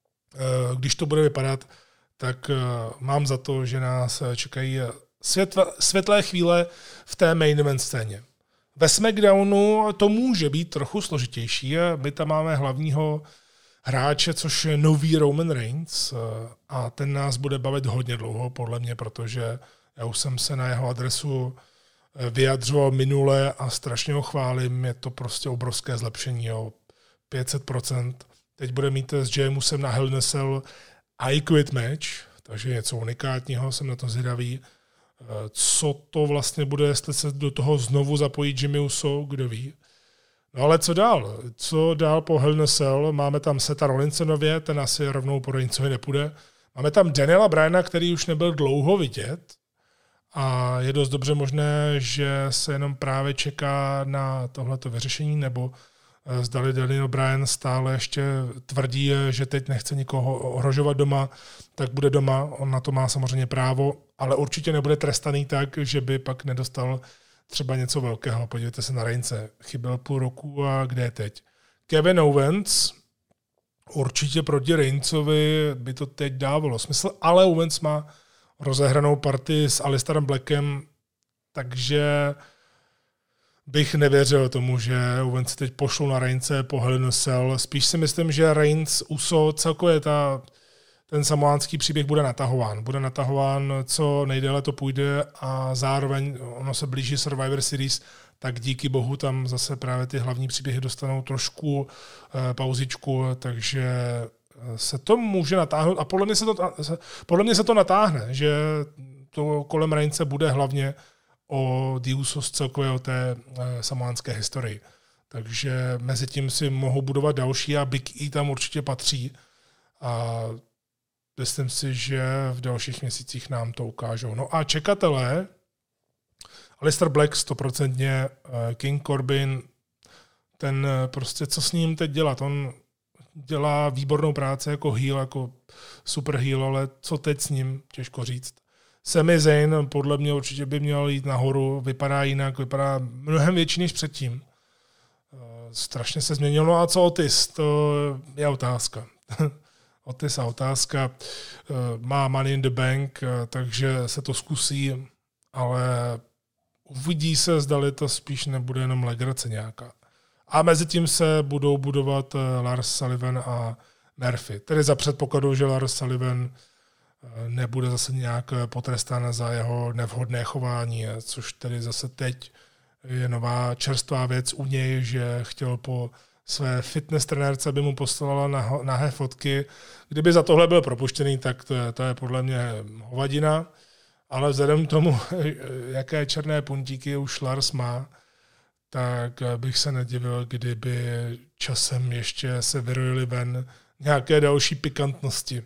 [SPEAKER 1] když to bude vypadat, tak mám za to, že nás čekají světle, světlé chvíle v té main event scéně. Ve SmackDownu to může být trochu složitější. My tam máme hlavního hráče, což je nový Roman Reigns a ten nás bude bavit hodně dlouho, podle mě, protože já už jsem se na jeho adresu vyjadřoval minule a strašně ho chválím. Je to prostě obrovské zlepšení, o pět set procent. Teď bude mít s Jamusem na Hell in a Cell I Quit match, takže něco unikátního, jsem na to zvědavý. Co to vlastně bude, jestli se do toho znovu zapojí Jimmy Uso, kdo ví. No ale co dál? Co dál po Hell in a Cell? Máme tam Setha Rollinse nově, ten asi rovnou po Reignsovi nepůjde. Máme tam Daniela Bryana, který už nebyl dlouho vidět a je dost dobře možné, že se jenom právě čeká na tohleto vyřešení, nebo zdali Daniel Bryan stále ještě tvrdí, že teď nechce nikoho ohrožovat doma, tak bude doma, on na to má samozřejmě právo, ale určitě nebude trestaný tak, že by pak nedostal třeba něco velkého. Podívejte se na Reignse, chyběl půl roku a kde je teď? Kevin Owens, určitě proti Reignsovi by to teď dávalo smysl, ale Owens má rozehranou partii s Alistairem Blackem, takže bych nevěřil tomu, že Owens teď pošlou na Reignse po Hell in a Cell. Spíš si myslím, že Reigns, Uso, celkově ta, ten samoánský příběh bude natahován. Bude natahován, co nejdéle to půjde a zároveň ono se blíží Survivor Series, tak díky bohu tam zase právě ty hlavní příběhy dostanou trošku eh, pauzičku, takže se to může natáhnout a podle mě se to, podle mě se to natáhne, že to kolem Reignse bude hlavně o The Usos celkově o té eh, samoánské historii. Takže mezi tím si mohou budovat další a Big E tam určitě patří a myslím si, že v dalších měsících nám to ukážou. No a čekatelé, Aleister Black stoprocentně, King Corbin, ten prostě, co s ním teď dělat? On dělá výbornou práci jako heel, jako super heel, ale co teď s ním? Těžko říct. Sami Zayn podle mě určitě by měl jít nahoru, vypadá jinak, vypadá mnohem větší než předtím. Strašně se změnilo. No a co Otis? To je otázka. Otis a otázka. Má Money in the Bank, takže se to zkusí, ale uvidí se, zdali to spíš nebude jenom legrace nějaká. A mezi tím se budou budovat Lars Sullivan a Murphy. Tedy za předpokladu, že Lars Sullivan nebude zase nějak potrestán za jeho nevhodné chování, což tedy zase teď je nová čerstvá věc u něj, že chtěl po své fitness trenérce, aby mu poslala nahé fotky. Kdyby za tohle byl propuštěný, tak to je, to je podle mě hovadina. Ale vzhledem k tomu, jaké černé puntíky už Lars má, tak bych se nedivil, kdyby časem ještě se vyrojily ven nějaké další pikantnosti.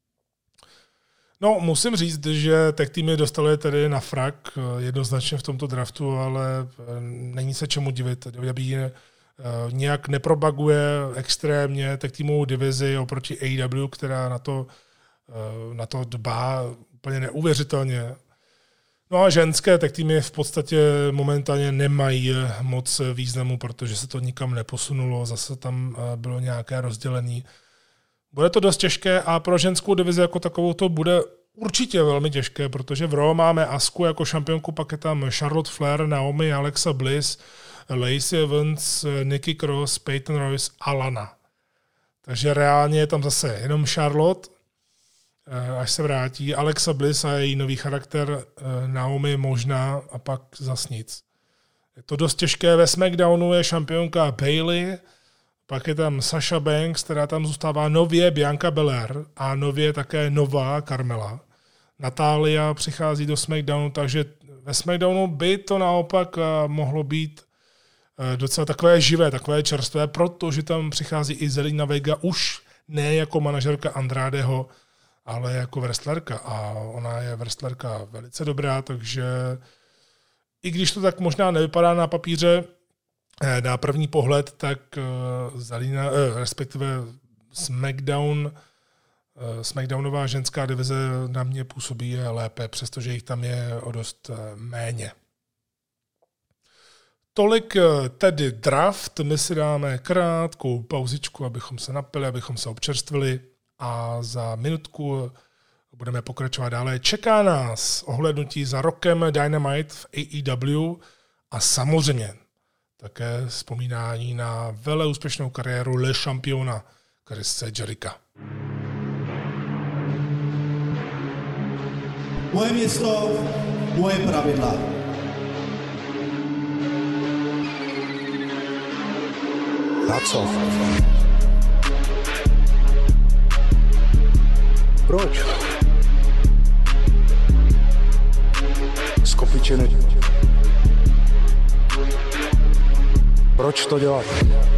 [SPEAKER 1] No, musím říct, že tag týmy dostali tedy na frak jednoznačně v tomto draftu, ale není se čemu divit. W W E nějak nepropaguje extrémně tag týmovou divizi oproti A E W, která na to, na to dbá úplně neuvěřitelně. No a ženské tag týmy v podstatě momentálně nemají moc významu, protože se to nikam neposunulo, zase tam bylo nějaké rozdělení. Bude to dost těžké a pro ženskou divizi jako takovou to bude určitě velmi těžké, protože v Raw máme Asku jako šampionku, pak je tam Charlotte Flair, Naomi, Alexa Bliss, Lacey Evans, Nikki Cross, Peyton Royce a Lana. Takže reálně je tam zase jenom Charlotte, až se vrátí, Alexa Bliss a její nový charakter, Naomi možná a pak zas nic. Je to dost těžké, ve SmackDownu je šampionka Bayley, pak je tam Sasha Banks, která tam zůstává nově Bianca Belair a nově také nová Carmela. Natália přichází do SmackDownu, takže ve SmackDownu by to naopak mohlo být docela takové živé, takové čerstvé, protože tam přichází i Zelina Vega už ne jako manažerka Andradeho, ale jako wrestlerka. A ona je wrestlerka velice dobrá, takže i když to tak možná nevypadá na papíře, na první pohled, tak Zelina, respektive SmackDown, SmackDownová ženská divize na mě působí lépe, přestože jich tam je o dost méně. Tolik tedy draft, my si dáme krátkou pauzičku, abychom se napili, abychom se občerstvili a za minutku budeme pokračovat dále. Čeká nás ohlédnutí za rokem Dynamite v A E W a samozřejmě také vzpomínání na vele úspěšnou kariéru Le Championa Chrisse Jericha.
[SPEAKER 2] Moje město, moje pravidla.
[SPEAKER 3] Na co? Proč? Skopičeny. Proč to dělat?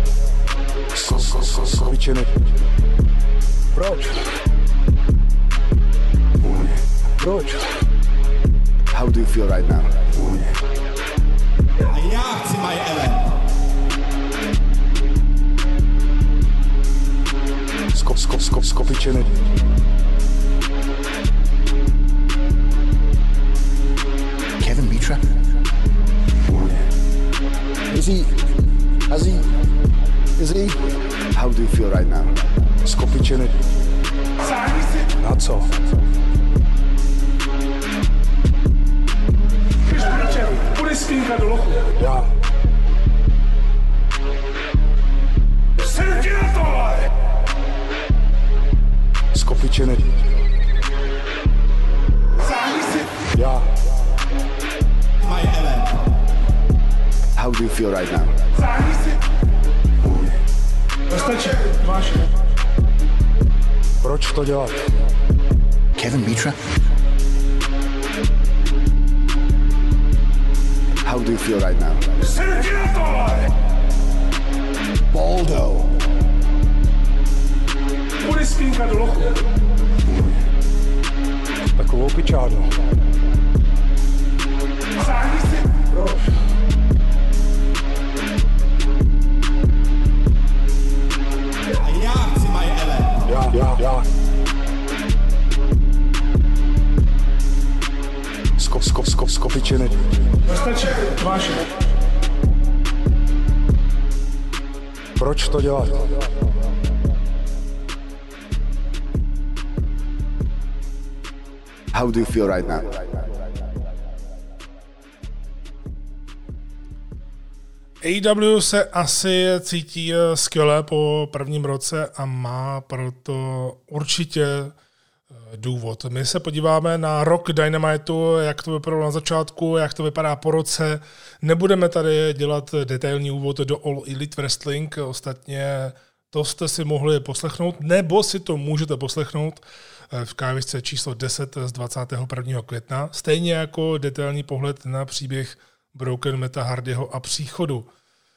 [SPEAKER 3] Skopičeny. Proč? Proč?
[SPEAKER 2] How do you feel right now? A já chci my Ellen.
[SPEAKER 3] Skop, skop, skop, skopičeny.
[SPEAKER 2] Kevin Mitra?
[SPEAKER 3] Is he? Has he? Is he?
[SPEAKER 2] How do you feel right now?
[SPEAKER 3] Skopičeny. Na co?
[SPEAKER 1] Bude spínka do lochu.
[SPEAKER 3] Já.
[SPEAKER 2] feel right now?
[SPEAKER 1] Dostačí, máš.
[SPEAKER 3] Proč to dělat?
[SPEAKER 2] Kevin Mitra? How do you feel right now? Baldo.
[SPEAKER 1] Půjde spínka do lochu.
[SPEAKER 3] Takovou pičárnu.
[SPEAKER 1] Sáhni si. Proč?
[SPEAKER 3] A já chci moje Ellen. Já, já, já. Skop, skop, skop, skopičiny.
[SPEAKER 1] Dostačí, máš.
[SPEAKER 3] Proč to dělat?
[SPEAKER 2] How do you feel right now?
[SPEAKER 1] A E W se asi cítí skvěle po prvním roce a má proto určitě důvod. My se podíváme na rok Dynamitu, jak to vypadalo na začátku, jak to vypadá po roce. Nebudeme tady dělat detailní úvod do All Elite Wrestling, ostatně to jste si mohli poslechnout, nebo si to můžete poslechnout v kávičce číslo deset z dvacátého prvního května, stejně jako detailní pohled na příběh Broken Meta Hardyho a příchodu.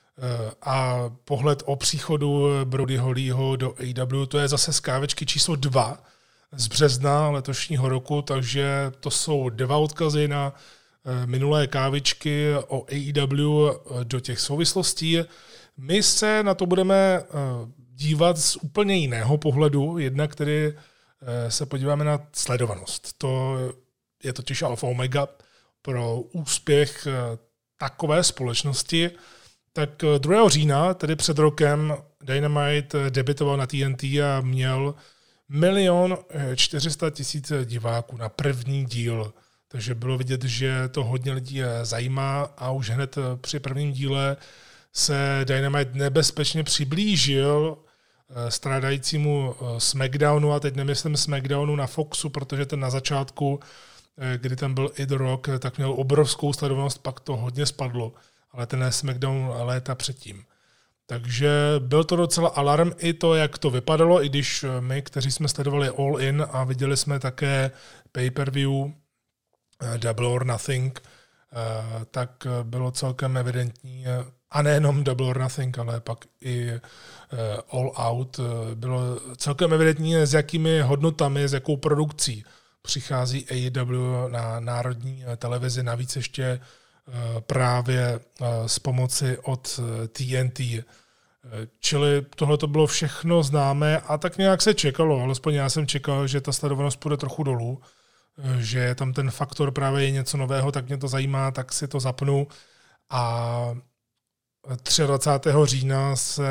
[SPEAKER 1] A pohled o příchodu Brodyho Leeho do A E W, to je zase z kávečky číslo dva z března letošního roku, takže to jsou dva odkazy na minulé kávičky o A E W do těch souvislostí. My se na to budeme dívat z úplně jiného pohledu, jednak tedy se podíváme na sledovanost. To je totiž alfa omega pro úspěch takové společnosti. Tak druhého října, tedy před rokem, Dynamite debitoval na T N T a měl milion čtyři sta tisíc diváků na první díl. Takže bylo vidět, že to hodně lidí zajímá a už hned při prvním díle se Dynamite nebezpečně přiblížil strádajícímu SmackDownu, a teď nemyslím SmackDownu na Foxu, protože ten na začátku, kdy tam byl i The Rock, tak měl obrovskou sledovanost, pak to hodně spadlo, ale ten SmackDown léta předtím. Takže byl to docela alarm i to, jak to vypadalo, i když my, kteří jsme sledovali All In a viděli jsme také pay-per-view Double or Nothing, tak bylo celkem evidentní, a nejenom Double or Nothing, ale pak i All Out, bylo celkem evidentní, s jakými hodnotami, s jakou produkcí přichází A E W na národní televizi, navíc ještě právě s pomoci od T N T. Čili tohle to bylo všechno známé a tak nějak se čekalo, alespoň já jsem čekal, že ta sledovanost půjde trochu dolů, že tam ten faktor právě je něco nového, tak mě to zajímá, tak si to zapnu. A dvacátého třetího října se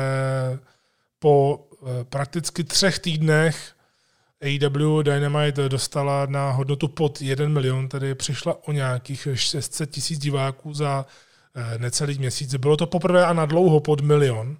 [SPEAKER 1] po prakticky třech týdnech A E W Dynamite dostala na hodnotu pod jeden milion, tedy přišla o nějakých šest set tisíc diváků za necelý měsíc. Bylo to poprvé a na dlouho pod milion.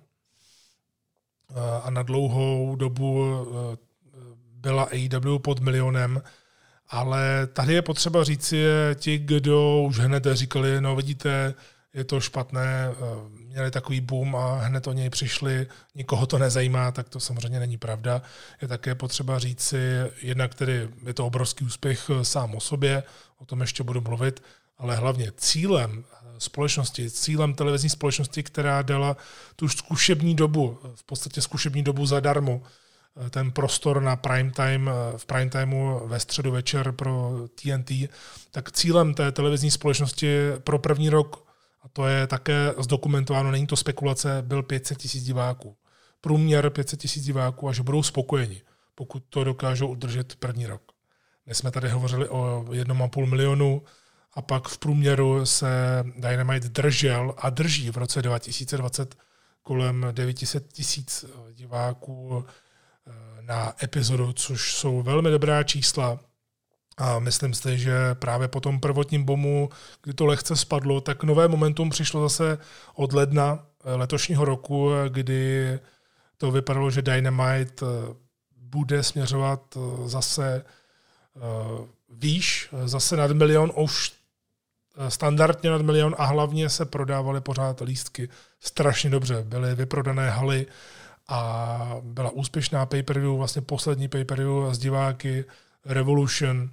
[SPEAKER 1] A na dlouhou dobu byla A E W pod milionem. Ale tady je potřeba říci, ti, kdo už hned říkali, no vidíte, je to špatné, měli takový boom a hned o něj přišli, nikoho to nezajímá, tak to samozřejmě není pravda. Je také potřeba říci, jednak tedy je to obrovský úspěch sám o sobě, o tom ještě budu mluvit, ale hlavně cílem společnosti, cílem televizní společnosti, která dala tu zkušební dobu, v podstatě zkušební dobu zadarmo, ten prostor na prime time, v prime timeu ve středu večer pro T N T, tak cílem té televizní společnosti pro první rok, a to je také zdokumentováno, není to spekulace, byl pět set tisíc diváků. Průměr pět set tisíc diváků a že budou spokojeni, pokud to dokážou udržet první rok. My jsme tady hovořili o jednom a půl milionu a pak v průměru se Dynamite držel a drží v roce dva tisíce dvacet kolem devět set tisíc diváků na epizodu, což jsou velmi dobrá čísla. A myslím si, že právě po tom prvotním boomu, kdy to lehce spadlo, tak nové momentum přišlo zase od ledna letošního roku, kdy to vypadalo, že Dynamite bude směřovat zase výš, zase nad milion, už standardně nad milion a hlavně se prodávaly pořád lístky strašně dobře. Byly vyprodané haly a byla úspěšná pay-per-view, vlastně poslední pay-per-view z diváky Revolution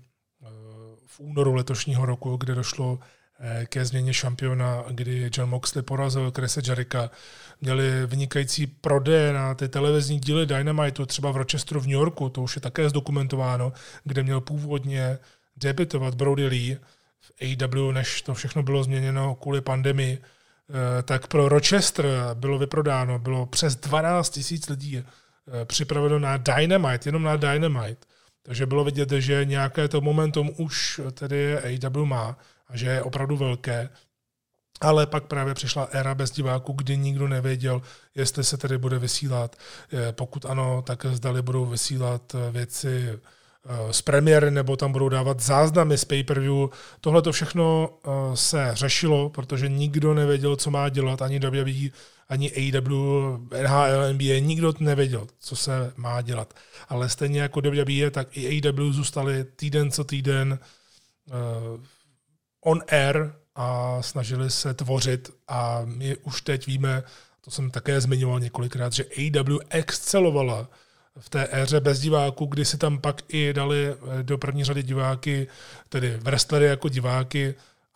[SPEAKER 1] v únoru letošního roku, kde došlo ke změně šampiona, kdy Jon Moxley porazil Chrisa Jericha. Měli vynikající prodeje na ty televizní díly Dynamitu, třeba v Rochesteru v New Yorku, to už je také zdokumentováno, kde měl původně debutovat Brody Lee v A E W, než to všechno bylo změněno kvůli pandemii. Tak pro Rochester bylo vyprodáno, bylo přes dvanáct tisíc lidí připraveno na Dynamite, jenom na Dynamite. Takže bylo vidět, že nějaké to momentum už tedy A E W má a že je opravdu velké. Ale pak právě přišla éra bez diváků, kdy nikdo nevěděl, jestli se tedy bude vysílat. Pokud ano, tak zdali budou vysílat věci z premiéry, nebo tam budou dávat záznamy z pay-per-view. Tohle to všechno se řešilo, protože nikdo nevěděl, co má dělat, ani W W E, ani A E W, N H L, N B A, nikdo nevěděl, co se má dělat. Ale stejně jako W W E, tak i A E W zůstali týden co týden uh, on air a snažili se tvořit a my už teď víme, to jsem také zmiňoval několikrát, že A E W excelovala v té éře bez diváků, kdy si tam pak i dali do první řady diváky, tedy wrestlery jako diváky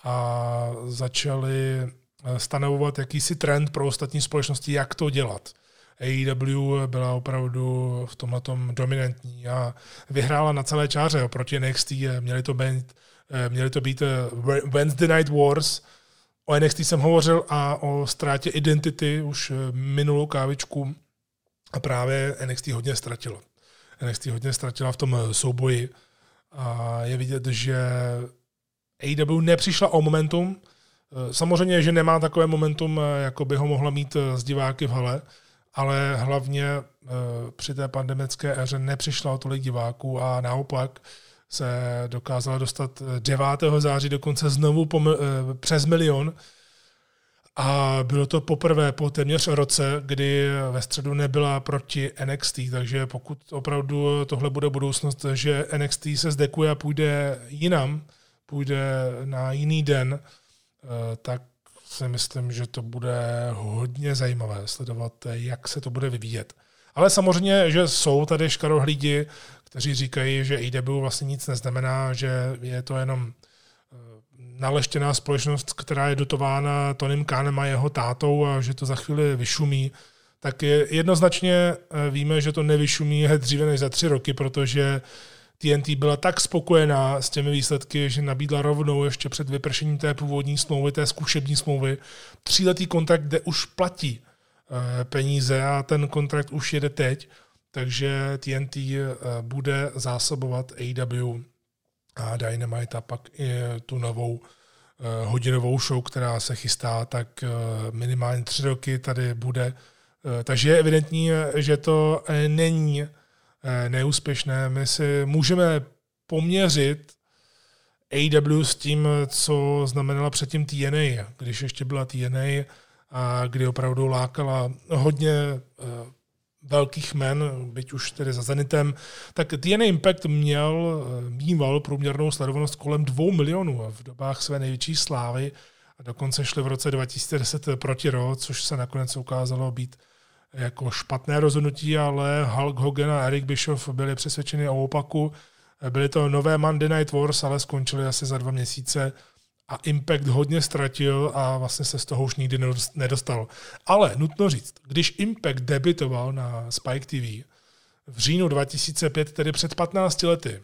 [SPEAKER 1] a začali stanovovat jakýsi trend pro ostatní společnosti, jak to dělat. A E W byla opravdu v tomhletom dominantní a vyhrála na celé čáře proti N X T. Měli to být, měli to být Wednesday Night Wars. O N X T jsem hovořil a o ztrátě identity už minulou kávičku a právě N X T hodně ztratilo. N X T hodně ztratila v tom souboji a je vidět, že A E W nepřišla o momentum. Samozřejmě, že nemá takové momentum, jako by ho mohla mít z diváky v hale, ale hlavně při té pandemické éře nepřišla o tolik diváků a naopak se dokázala dostat devátého září dokonce znovu pomil, přes milion. A bylo to poprvé po téměř roce, kdy ve středu nebyla proti N X T, takže pokud opravdu tohle bude budoucnost, že N X T se zdekuje a půjde jinam, půjde na jiný den, tak si myslím, že to bude hodně zajímavé sledovat, jak se to bude vyvíjet. Ale samozřejmě, že jsou tady škarohlídi, kteří říkají, že A E W vlastně nic neznamená, že je to jenom naleštěná společnost, která je dotována Tonym Khanem a jeho tátou a že to za chvíli vyšumí. Tak jednoznačně víme, že to nevyšumí dříve než za tři roky, protože T N T byla tak spokojená s těmi výsledky, že nabídla rovnou ještě před vypršením té původní smlouvy, té zkušební smlouvy, tříletý kontrakt, kde už platí peníze a ten kontrakt už jede teď, takže T N T bude zásobovat A E W a Dynamite a pak i tu novou hodinovou show, která se chystá, tak minimálně tři roky tady bude. Takže je evidentní, že to není neúspěšné. My si můžeme poměřit A E W s tím, co znamenala předtím T N A, když ještě byla T N A a kdy opravdu lákala hodně velkých men, byť už tedy za Zenitem, tak T N A Impact měl, mýval průměrnou sledovanost kolem dvou milionů v dobách své největší slávy a dokonce šli v roce dva tisíce deset proti Raw, což se nakonec ukázalo být jako špatné rozhodnutí, ale Hulk Hogan a Eric Bischoff byli přesvědčeni o opaku. Byly to nové Monday Night Wars, ale skončily asi za dva měsíce a Impact hodně ztratil a vlastně se z toho už nikdy nedostal. Ale nutno říct, když Impact debutoval na Spike T V v říjnu dva tisíce pět, tedy před patnácti lety,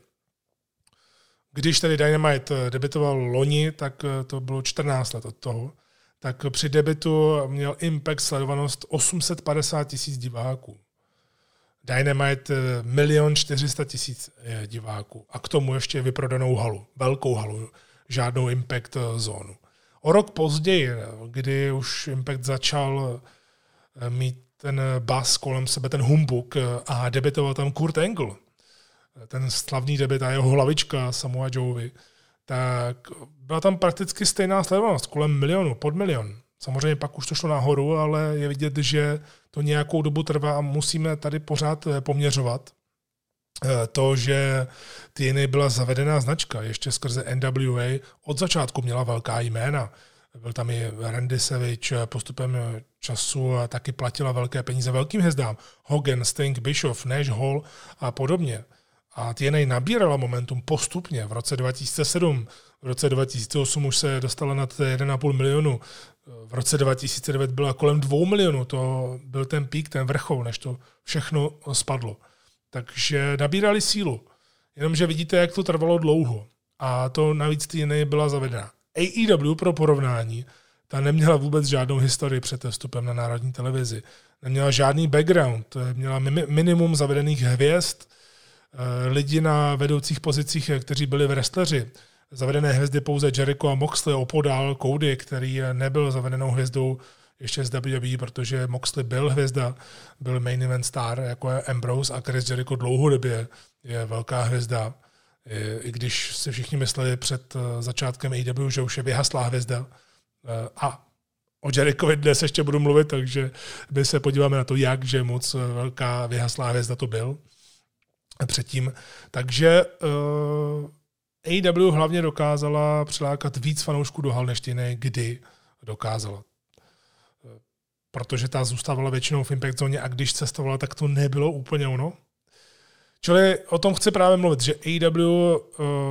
[SPEAKER 1] když tedy Dynamite debutoval loni, tak to bylo čtrnáct let od toho, tak při debutu měl Impact sledovanost osm set padesát tisíc diváků. Dynamite milion čtyři sta tisíc diváků. A k tomu ještě vyprodanou halu, velkou halu, žádnou Impact zónu. O rok později, kdy už Impact začal mít ten buzz kolem sebe, ten humbuk a debutoval tam Kurt Angle, ten slavný debut a jeho hlavička Samoa Joeovi, tak byla tam prakticky stejná sledovanost, kolem milionu, pod milion. Samozřejmě pak už to šlo nahoru, ale je vidět, že to nějakou dobu trvá a musíme tady pořád poměřovat. to, že T N A byla zavedená značka, ještě skrze N W A, od začátku měla velká jména. Byl tam i Randy Savage, postupem času taky platila velké peníze velkým hvězdám. Hogan, Sting, Bischoff, Nash, Hall a podobně. A T N A nabírala momentum postupně. V roce dva tisíce sedm, v roce dva tisíce osm už se dostala nad jeden a půl milionu. V roce dva tisíce devět byla kolem dvou milionů. To byl ten pík, ten vrchol, než to všechno spadlo. Takže nabírali sílu. Jenomže vidíte, jak to trvalo dlouho. A to navíc T N A byla zavedena. A E W pro porovnání, ta neměla vůbec žádnou historii před vstupem na národní televizi. Neměla žádný background, měla minimum zavedených hvězd, lidi na vedoucích pozicích, kteří byli wrestleri. Zavedené hvězdy pouze Jericho a Moxley, opodál Cody, který nebyl zavedenou hvězdou ještě z W W E, protože Moxley byl hvězda, byl main event star, jako je Ambrose, a Chris Jericho dlouhodobě je velká hvězda. I když si všichni mysleli před začátkem A E W, že už je vyhaslá hvězda. A o Jerichovi dnes ještě budu mluvit, takže my se podíváme na to, jak, že moc velká vyhaslá hvězda to byl předtím. Takže uh, A E W hlavně dokázala přilákat víc fanoušků do hal, než T N A kdy dokázala. Protože ta zůstávala většinou v Impact Zóně a když cestovala, tak to nebylo úplně ono. Čili o tom chci právě mluvit, že A E W uh,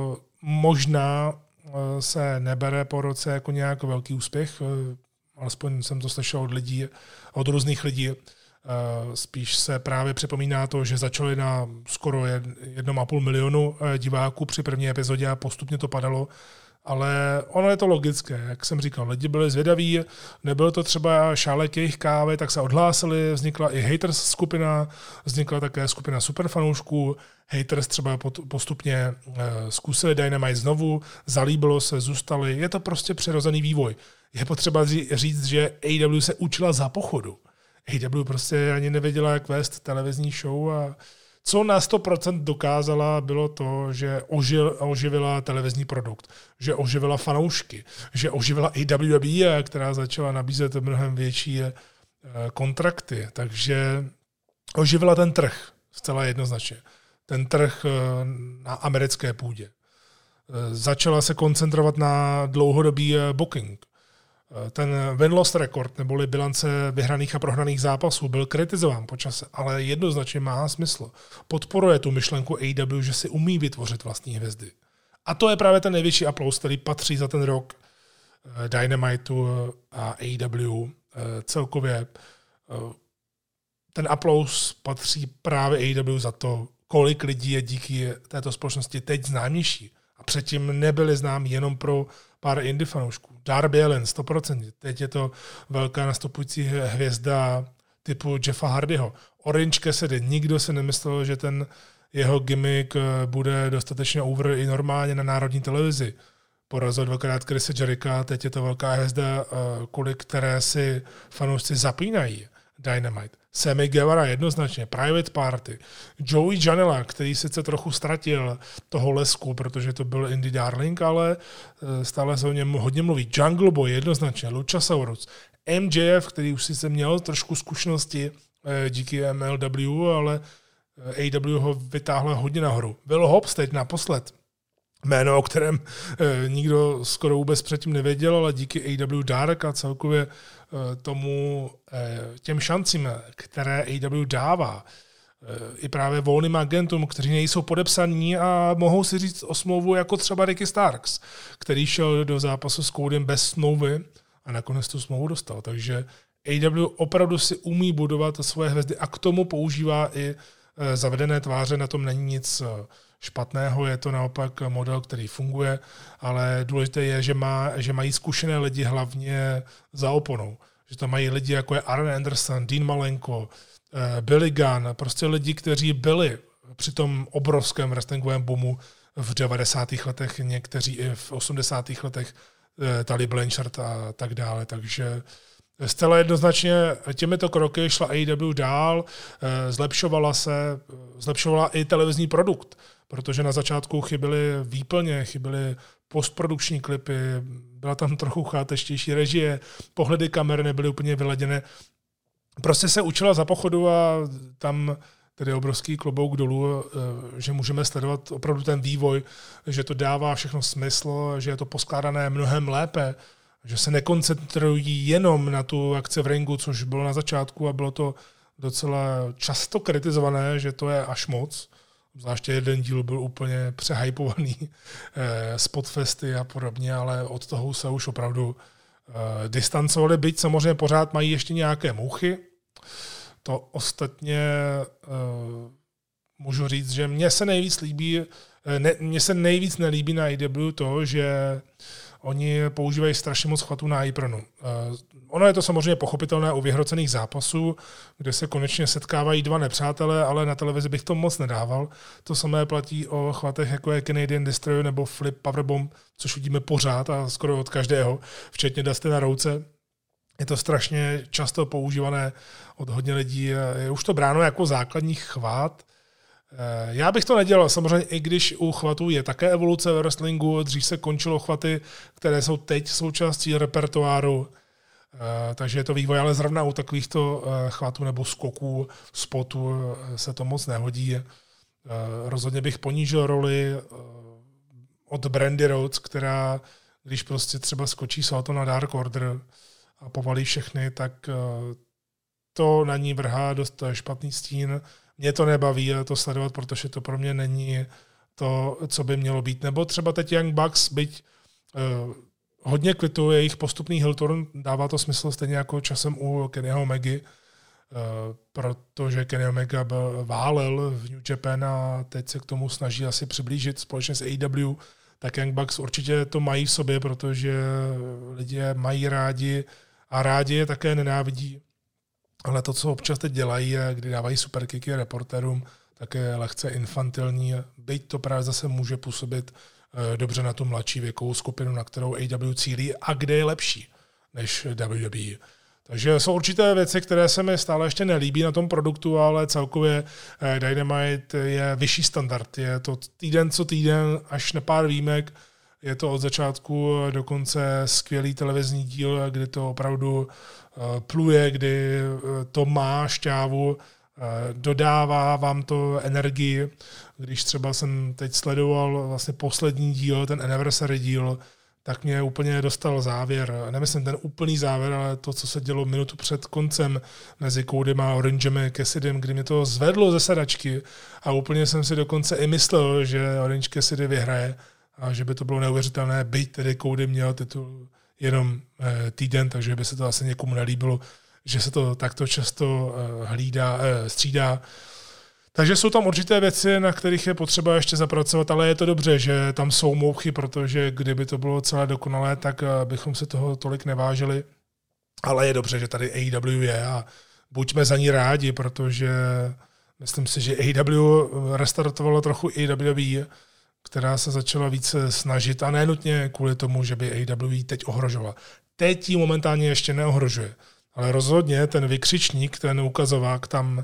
[SPEAKER 1] možná uh, se nebere po roce jako nějak velký úspěch, uh, alespoň jsem to slyšel od lidí, od různých lidí. Uh, spíš se právě připomíná to, že začali na skoro jednom a půl milionu uh, diváků při první epizodě a postupně to padalo. Ale ono je to logické, jak jsem říkal, lidi byli zvědaví, nebylo to třeba šálek jejich kávy, tak se odhlásili, vznikla i haters skupina, vznikla také skupina superfanoušků, haters třeba postupně zkusili Dynamite znovu, zalíbilo se, zůstali, je to prostě přirozený vývoj. Je potřeba říct, že A E W se učila za pochodu. A E W prostě ani nevěděla, jak vést televizní show a co na sto procent dokázala, bylo to, že ožil, oživila televizní produkt, že oživila fanoušky, že oživila i W W E, která začala nabízet mnohem větší kontrakty. Takže oživila ten trh zcela jednoznačně. Ten trh na americké půdě. Začala se koncentrovat na dlouhodobý booking. Ten win-loss rekord, neboli bilance vyhraných a prohraných zápasů, byl kritizován po čase, ale jednoznačně má smysl. Podporuje tu myšlenku A E W, že si umí vytvořit vlastní hvězdy. A to je právě ten největší aplaus, který patří za ten rok Dynamitu a A E W celkově. Ten aplaus patří právě A E W za to, kolik lidí je díky této společnosti teď známější. A předtím nebyli známí jenom pro pár indie fanoušků. Darby Allin, sto procent. Teď je to velká nastupující hvězda typu Jeffa Hardyho. Orange Cassidy. Nikdo si nemyslel, že ten jeho gimmick bude dostatečně over i normálně na národní televizi. Porazil dvakrát Chrisa Jericha, teď je to velká hvězda, kvůli které si fanoušci zapínají Dynamite. Sammy Guevara jednoznačně, Private Party. Joey Janela, který sice trochu ztratil toho lesku, protože to byl indie darling, ale stále se o něm hodně mluví. Jungle Boy jednoznačně, Luchasaurus. M J F, který už sice měl trošku zkušenosti díky M L W, ale A E W ho vytáhla hodně nahoru. Will Hobbs teď naposled. Jméno, o kterém e, nikdo skoro vůbec předtím nevěděl, ale díky A E W Dark a celkově e, tomu e, těm šancím, které A E W dává, e, i právě volným agentům, kteří nejsou podepsaní a mohou si říct o smlouvu jako třeba Ricky Starks, který šel do zápasu s Codym bez smlouvy a nakonec tu smlouvu dostal. Takže A E W opravdu si umí budovat svoje hvězdy a k tomu používá i e, zavedené tváře, na tom není nic špatného, je to naopak model, který funguje, ale důležité je, že, má, že mají zkušené lidi hlavně za oponou. Že tam mají lidi, jako je Arn Anderson, Dean Malenko, Billy Gunn, prostě lidi, kteří byli při tom obrovském wrestlingovém boomu v devadesátých letech, někteří i v osmdesátých letech, Tully Blanchard a tak dále, takže zcela jednoznačně těmito kroky šla A E W dál, zlepšovala se, zlepšovala i televizní produkt, protože na začátku chyběly výplně, chyběly postprodukční klipy, byla tam trochu cháteštější režie, pohledy kamer nebyly úplně vyladěné. Prostě se učila za pochodu a tam tedy obrovský klobouk dolů, že můžeme sledovat opravdu ten vývoj, že to dává všechno smysl, že je to poskládané mnohem lépe, že se nekoncentrují jenom na tu akci v ringu, což bylo na začátku a bylo to docela často kritizované, že to je až moc. Zvláště jeden díl byl úplně přehypovaný, eh, spotfesty a podobně, ale od toho se už opravdu eh, distancovali, byť samozřejmě pořád mají ještě nějaké mouchy. To ostatně eh, můžu říct, že mně se nejvíc líbí, eh, ne, mně se nejvíc nelíbí na A E W to, že oni používají strašně moc chvatů na apronu. Ono je to samozřejmě pochopitelné u vyhrocených zápasů, kde se konečně setkávají dva nepřátelé, ale na televizi bych to moc nedával. To samé platí o chvatech, jako je Canadian Destroyer nebo Flip Powerbomb, což vidíme pořád a skoro od každého, včetně Dustina Rhodese. Je to strašně často používané od hodně lidí. Je už to bráno jako základní chvát. Já bych to nedělal, samozřejmě i když u chvatů je také evoluce v wrestlingu, dřív se končilo chvaty, které jsou teď součástí repertoáru, takže je to vývoj, ale zrovna u takovýchto chvatů nebo skoků, spotů se to moc nehodí. Rozhodně bych ponížil roli od Brandy Rhodes, která, když prostě třeba skočí salto na Dark Order a povalí všechny, tak to na ní vrhá dost špatný stín. Mě to nebaví to sledovat, protože to pro mě není to, co by mělo být. Nebo třeba teď Young Bucks, byť uh, hodně kvituju jejich postupný heel turn, dává to smysl stejně jako časem u Kennyho Omegy, uh, protože Kenny Omega byl válel v New Japan a teď se k tomu snaží asi přiblížit společně s A E W, tak Young Bucks určitě to mají v sobě, protože lidé mají rádi a rádi je také nenávidí. Ale to, co občas teď dělají, kdy dávají superkicky reporterům, tak je lehce infantilní. Byť to právě zase může působit dobře na tu mladší věkovou skupinu, na kterou A E W cílí a kde je lepší než W W E. Takže jsou určité věci, které se mi stále ještě nelíbí na tom produktu, ale celkově Dynamite je vyšší standard. Je to týden co týden, až na pár výjimek. Je to od začátku do konce skvělý televizní díl, kdy to opravdu pluje, kdy to má šťávu, dodává vám to energii. Když třeba jsem teď sledoval vlastně poslední díl, ten anniversary díl, tak mě úplně dostal závěr. Nemyslím ten úplný závěr, ale to, co se dělo minutu před koncem mezi Codym a Orangem Cassidym, kdy mě to zvedlo ze sedačky a úplně jsem si dokonce i myslel, že Orange Cassidy vyhraje a že by to bylo neuvěřitelné, byť tedy Cody měl titul jenom týden, takže by se to asi někomu nelíbilo, že se to takto často hlídá, střídá. Takže jsou tam určité věci, na kterých je potřeba ještě zapracovat, ale je to dobře, že tam jsou mouchy, protože kdyby to bylo celé dokonalé, tak bychom se toho tolik nevážili. Ale je dobře, že tady A E W je a buďme za ní rádi, protože myslím si, že A E W restartovalo trochu i W W E, která se začala více snažit a nenutně kvůli tomu, že by A E W teď ohrožovala. Teď ji momentálně ještě neohrožuje, ale rozhodně ten vykřičník, ten ukazovák tam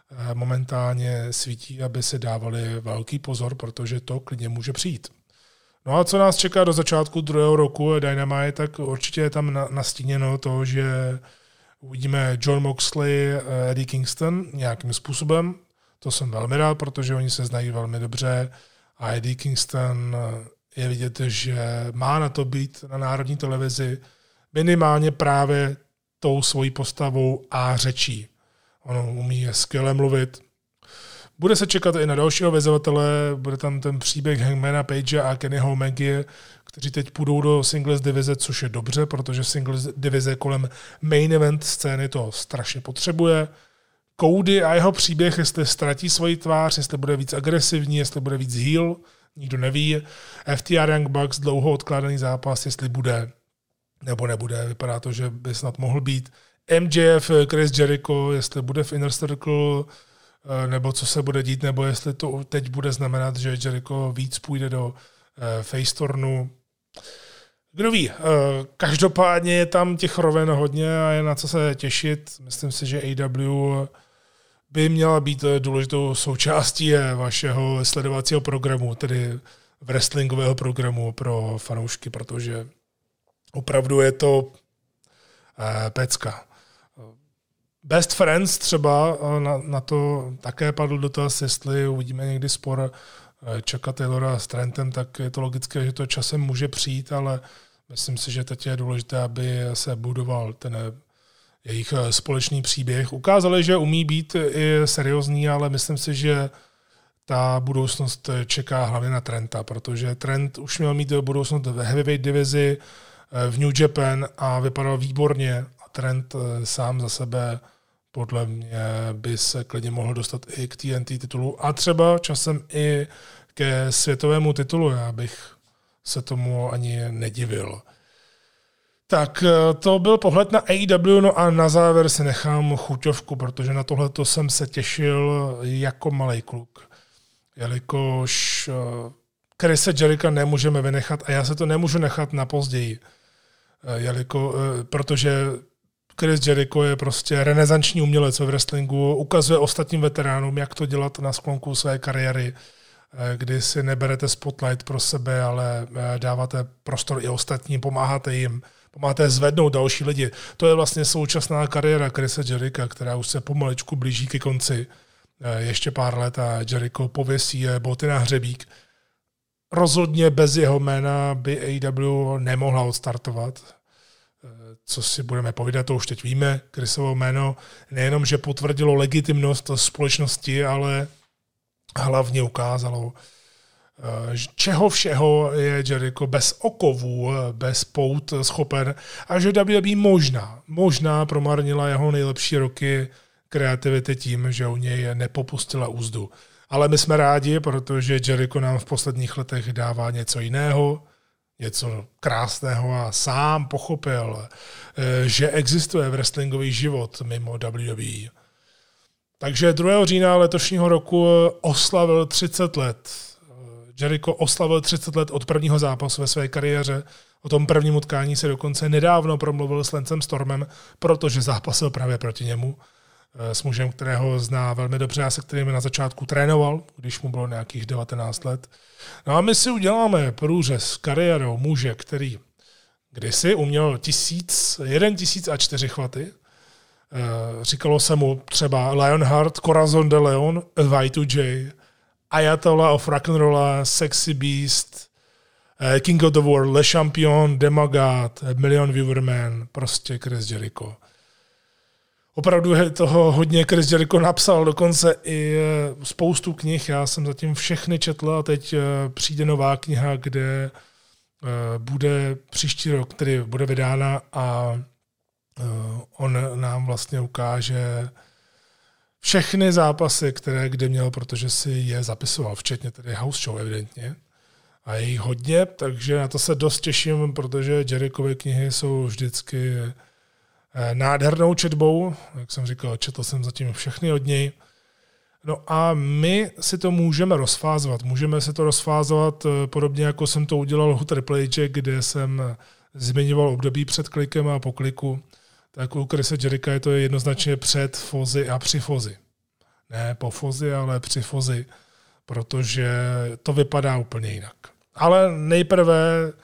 [SPEAKER 1] momentálně svítí, aby se dávali velký pozor, protože to klidně může přijít. No a co nás čeká do začátku druhého roku Dynamite, tak určitě je tam nastíněno to, že uvidíme Jon Moxley, Eddie Kingston nějakým způsobem. To jsem velmi rád, protože oni se znají velmi dobře a Eddie Kingston je vidět, že má na to být na národní televizi minimálně právě tou svojí postavou a řečí. Ono umí skvěle mluvit. Bude se čekat i na dalšího vyzývatele, bude tam ten příběh Hangmana Page a Kennyho Omegy, kteří teď půjdou do singles divize, což je dobře, protože singles divize kolem main event scény to strašně potřebuje. Cody a jeho příběh, jestli ztratí svoji tvář, jestli bude víc agresivní, jestli bude víc heel, nikdo neví. F T R Young Bucks, dlouho odkládaný zápas, jestli bude nebo nebude. Vypadá to, že by snad mohl být. M J F, Chris Jericho, jestli bude v Inner Circle, nebo co se bude dít, nebo jestli to teď bude znamenat, že Jericho víc půjde do face turnu. Kdo ví, každopádně je tam těch roven hodně a je na co se těšit. Myslím si, že A E W by měla být důležitou součástí vašeho sledovacího programu, tedy wrestlingového programu pro fanoušky, protože opravdu je to pecka. Best Friends třeba, na, na to také padl dotaz, jestli uvidíme někdy spor Chucka Taylora s Trentem, tak je to logické, že to časem může přijít, ale myslím si, že teď je důležité, aby se budoval ten jejich společný příběh. Ukázali, že umí být i seriózní, ale myslím si, že ta budoucnost čeká hlavně na Trenta, protože Trent už měl mít budoucnost v heavyweight divizi v New Japan a vypadal výborně a Trent sám za sebe podle mě by se klidně mohl dostat i k T N T titulu a třeba časem i ke světovému titulu. Já bych se tomu ani nedivil. Tak to byl pohled na A E W, no a na závěr si nechám chuťovku, protože na tohleto jsem se těšil jako malej kluk. Jelikož Chrise Jericha nemůžeme vynechat a já se to nemůžu nechat na později. Jeliko, protože Chris Jericho je prostě renesanční umělec ve wrestlingu, ukazuje ostatním veteránům, jak to dělat na sklonku své kariéry, kdy si neberete spotlight pro sebe, ale dáváte prostor i ostatním, pomáháte jim, pomáháte zvednout další lidi. To je vlastně současná kariéra Chrise Jericha, která už se pomaličku blíží ke konci. Ještě pár let a Jericho pověsí boty na hřebík. Rozhodně bez jeho jména by A E W nemohla odstartovat. Co si budeme povídat, to už teď víme. Chrisovo jméno nejenom, že potvrdilo legitimnost společnosti, ale hlavně ukázalo, čeho všeho je Jericho bez okovů, bez pout schopen a že W W E možná, možná promarnila jeho nejlepší roky kreativity tím, že u něj nepopustila úzdu. Ale my jsme rádi, protože Jericho nám v posledních letech dává něco jiného, něco krásného a sám pochopil, že existuje wrestlingový život mimo W W E. Takže druhého října letošního roku oslavil třicet let. Jericho oslavil třicet let od prvního zápasu ve své kariéře. O tom prvním utkání se dokonce nedávno promluvil s Lancem Stormem, protože zápasil právě proti němu. S mužem, kterého zná velmi dobře a se kterým na začátku trénoval, když mu bylo nějakých devatenáct let. No a my si uděláme průřez s kariérou muže, který kdysi uměl tisíc, jeden tisíc a čtyři chvaty. Říkalo se mu třeba Lionheart, Corazon de Leon, Y two J, Ayatollah of Rock'n'Rolla, Sexy Beast, King of the World, Le Champion, Demagod, Million Viewer Man, prostě Chris Jericho. Opravdu je toho hodně Chris Jericho napsal, dokonce i spoustu knih, já jsem zatím všechny četl a teď přijde nová kniha, kde bude příští rok, který bude vydána a on nám vlastně ukáže všechny zápasy, které kde měl, protože si je zapisoval, včetně tedy house show evidentně. A je jich hodně, takže na to se dost těším, protože Jerichovy knihy jsou vždycky nádhernou četbou, jak jsem říkal, četl jsem zatím všechny od něj. No a my si to můžeme rozfázovat. Můžeme si to rozfázovat podobně, jako jsem to udělal u Triple H, kde jsem zmiňoval období před klikem a po kliku. Tak u Chrise Jericha je to jednoznačně před Fozy a při Fozy. Ne po Fozy, ale při Fozy, protože to vypadá úplně jinak. Ale nejprve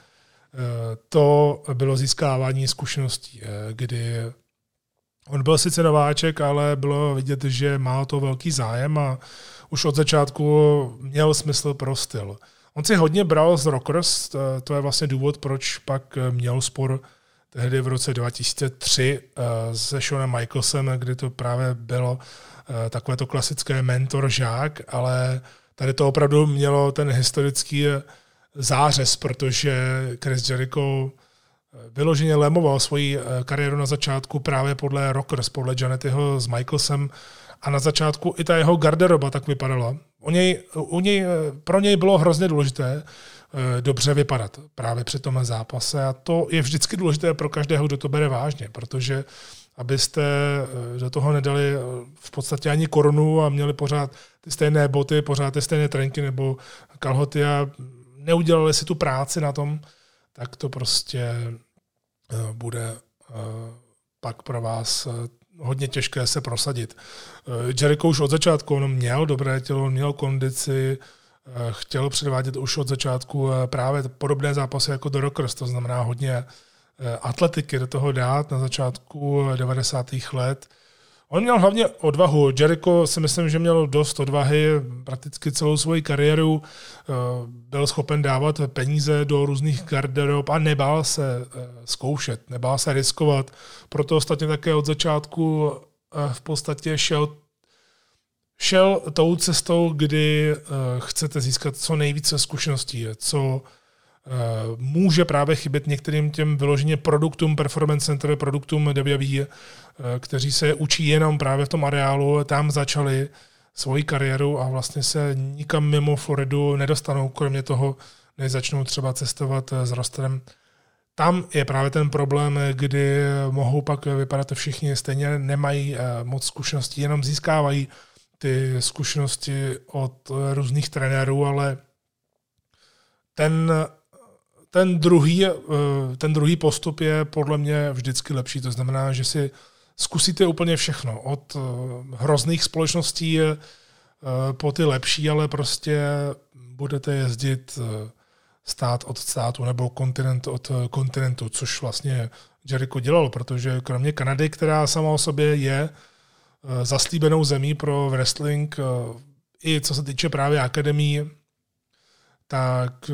[SPEAKER 1] to bylo získávání zkušeností, kdy on byl sice nováček, ale bylo vidět, že má to velký zájem a už od začátku měl smysl pro styl. On si hodně bral z Rockers, to je vlastně důvod, proč pak měl spor tehdy v roce dva tisíce tři se Shanem Michaelsem, kdy to právě bylo takové to klasické mentor-žák, ale tady to opravdu mělo ten historický zářez, protože Chris Jericho vyloženě lemoval svoji kariéru na začátku právě podle Rockers, podle Janettyho s Michaelsem a na začátku i ta jeho garderoba tak vypadala. U něj, u něj, pro něj bylo hrozně důležité dobře vypadat právě při tomhle zápase a to je vždycky důležité pro každého, kdo to bere vážně, protože abyste do toho nedali v podstatě ani korunu a měli pořád ty stejné boty, pořád ty stejné trenky nebo kalhoty a neudělali si tu práci na tom, tak to prostě bude pak pro vás hodně těžké se prosadit. Jericho už od začátku on měl dobré tělo, on měl kondici, chtěl předvádět už od začátku právě podobné zápasy jako do Rockers, to znamená hodně atletiky do toho dát na začátku devadesátých let. On měl hlavně odvahu. Jericho si myslím, že měl dost odvahy, prakticky celou svoji kariéru byl schopen dávat peníze do různých garderob a nebál se zkoušet, nebál se riskovat. Proto ostatně také od začátku v podstatě šel, šel tou cestou, kdy chcete získat co nejvíce zkušeností, co může právě chybět některým těm vyloženě produktům Performance Center, produktům W W E, kteří se učí jenom právě v tom areálu, tam začali svoji kariéru a vlastně se nikam mimo Floridu nedostanou, kromě toho, než začnou třeba cestovat s rosterem. Tam je právě ten problém, kdy mohou pak vypadat všichni, stejně nemají moc zkušeností, jenom získávají ty zkušenosti od různých trenérů, ale ten Ten druhý, ten druhý postup je podle mě vždycky lepší. To znamená, že si zkusíte úplně všechno. Od hrozných společností po ty lepší, ale prostě budete jezdit stát od státu nebo kontinent od kontinentu, což vlastně Jericho dělal, protože kromě Kanady, která sama o sobě je zaslíbenou zemí pro wrestling, i co se týče právě akademií, tak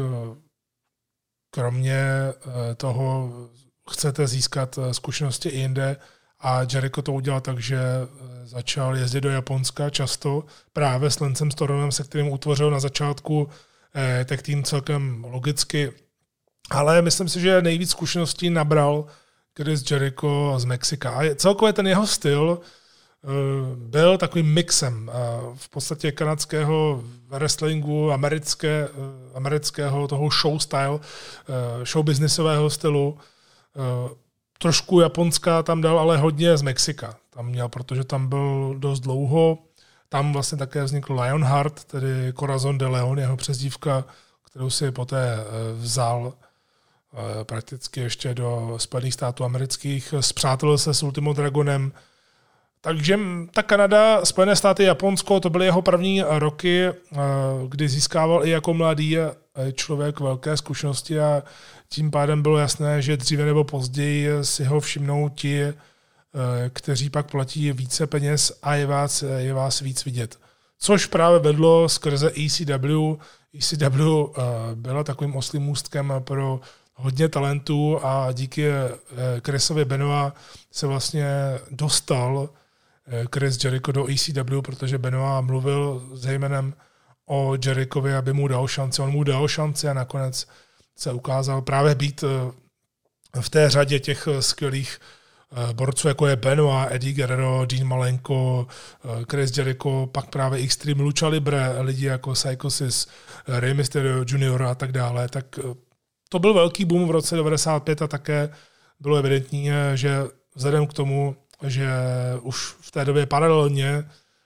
[SPEAKER 1] kromě toho chcete získat zkušenosti i jinde a Jericho to udělal tak, že začal jezdit do Japonska často právě s Lancem Stormem, se kterým utvořil na začátku tag team celkem logicky. Ale myslím si, že nejvíc zkušeností nabral Chris Jericho z Mexika. A celkově ten jeho styl byl takovým mixem v podstatě kanadského wrestlingu, americké, amerického toho show style, show businessového stylu. Trošku Japonska tam dal, ale hodně z Mexika. Tam měl, protože tam byl dost dlouho. Tam vlastně také vznikl Lionheart, tedy Corazon de Leon, jeho přezdívka, kterou si poté vzal prakticky ještě do Spojených států amerických. Spřátelil se s Ultimo Dragonem. Takže ta Kanada, Spojené státy, Japonsko, to byly jeho první roky, kdy získával i jako mladý člověk velké zkušenosti a tím pádem bylo jasné, že dříve nebo později si ho všimnou ti, kteří pak platí více peněz a je vás, je vás víc vidět. Což právě vedlo skrze E C W. E C W byla takovým oslím můstkem pro hodně talentů a díky Chrisovi Benoit se vlastně dostal Chris Jericho do E C W, protože Benoit mluvil s Heymanem o Jerichovi, aby mu dal šanci. On mu dal šanci a nakonec se ukázal právě být v té řadě těch skvělých borců, jako je Benoit, Eddie Guerrero, Dean Malenko, Chris Jericho, pak právě Extreme Lucha Libre, lidi jako Psychosis, Rey Mysterio junior a tak dále. Tak to byl velký boom v roce devadesát pět a také bylo evidentní, že vzhledem k tomu, že už v té době paralelně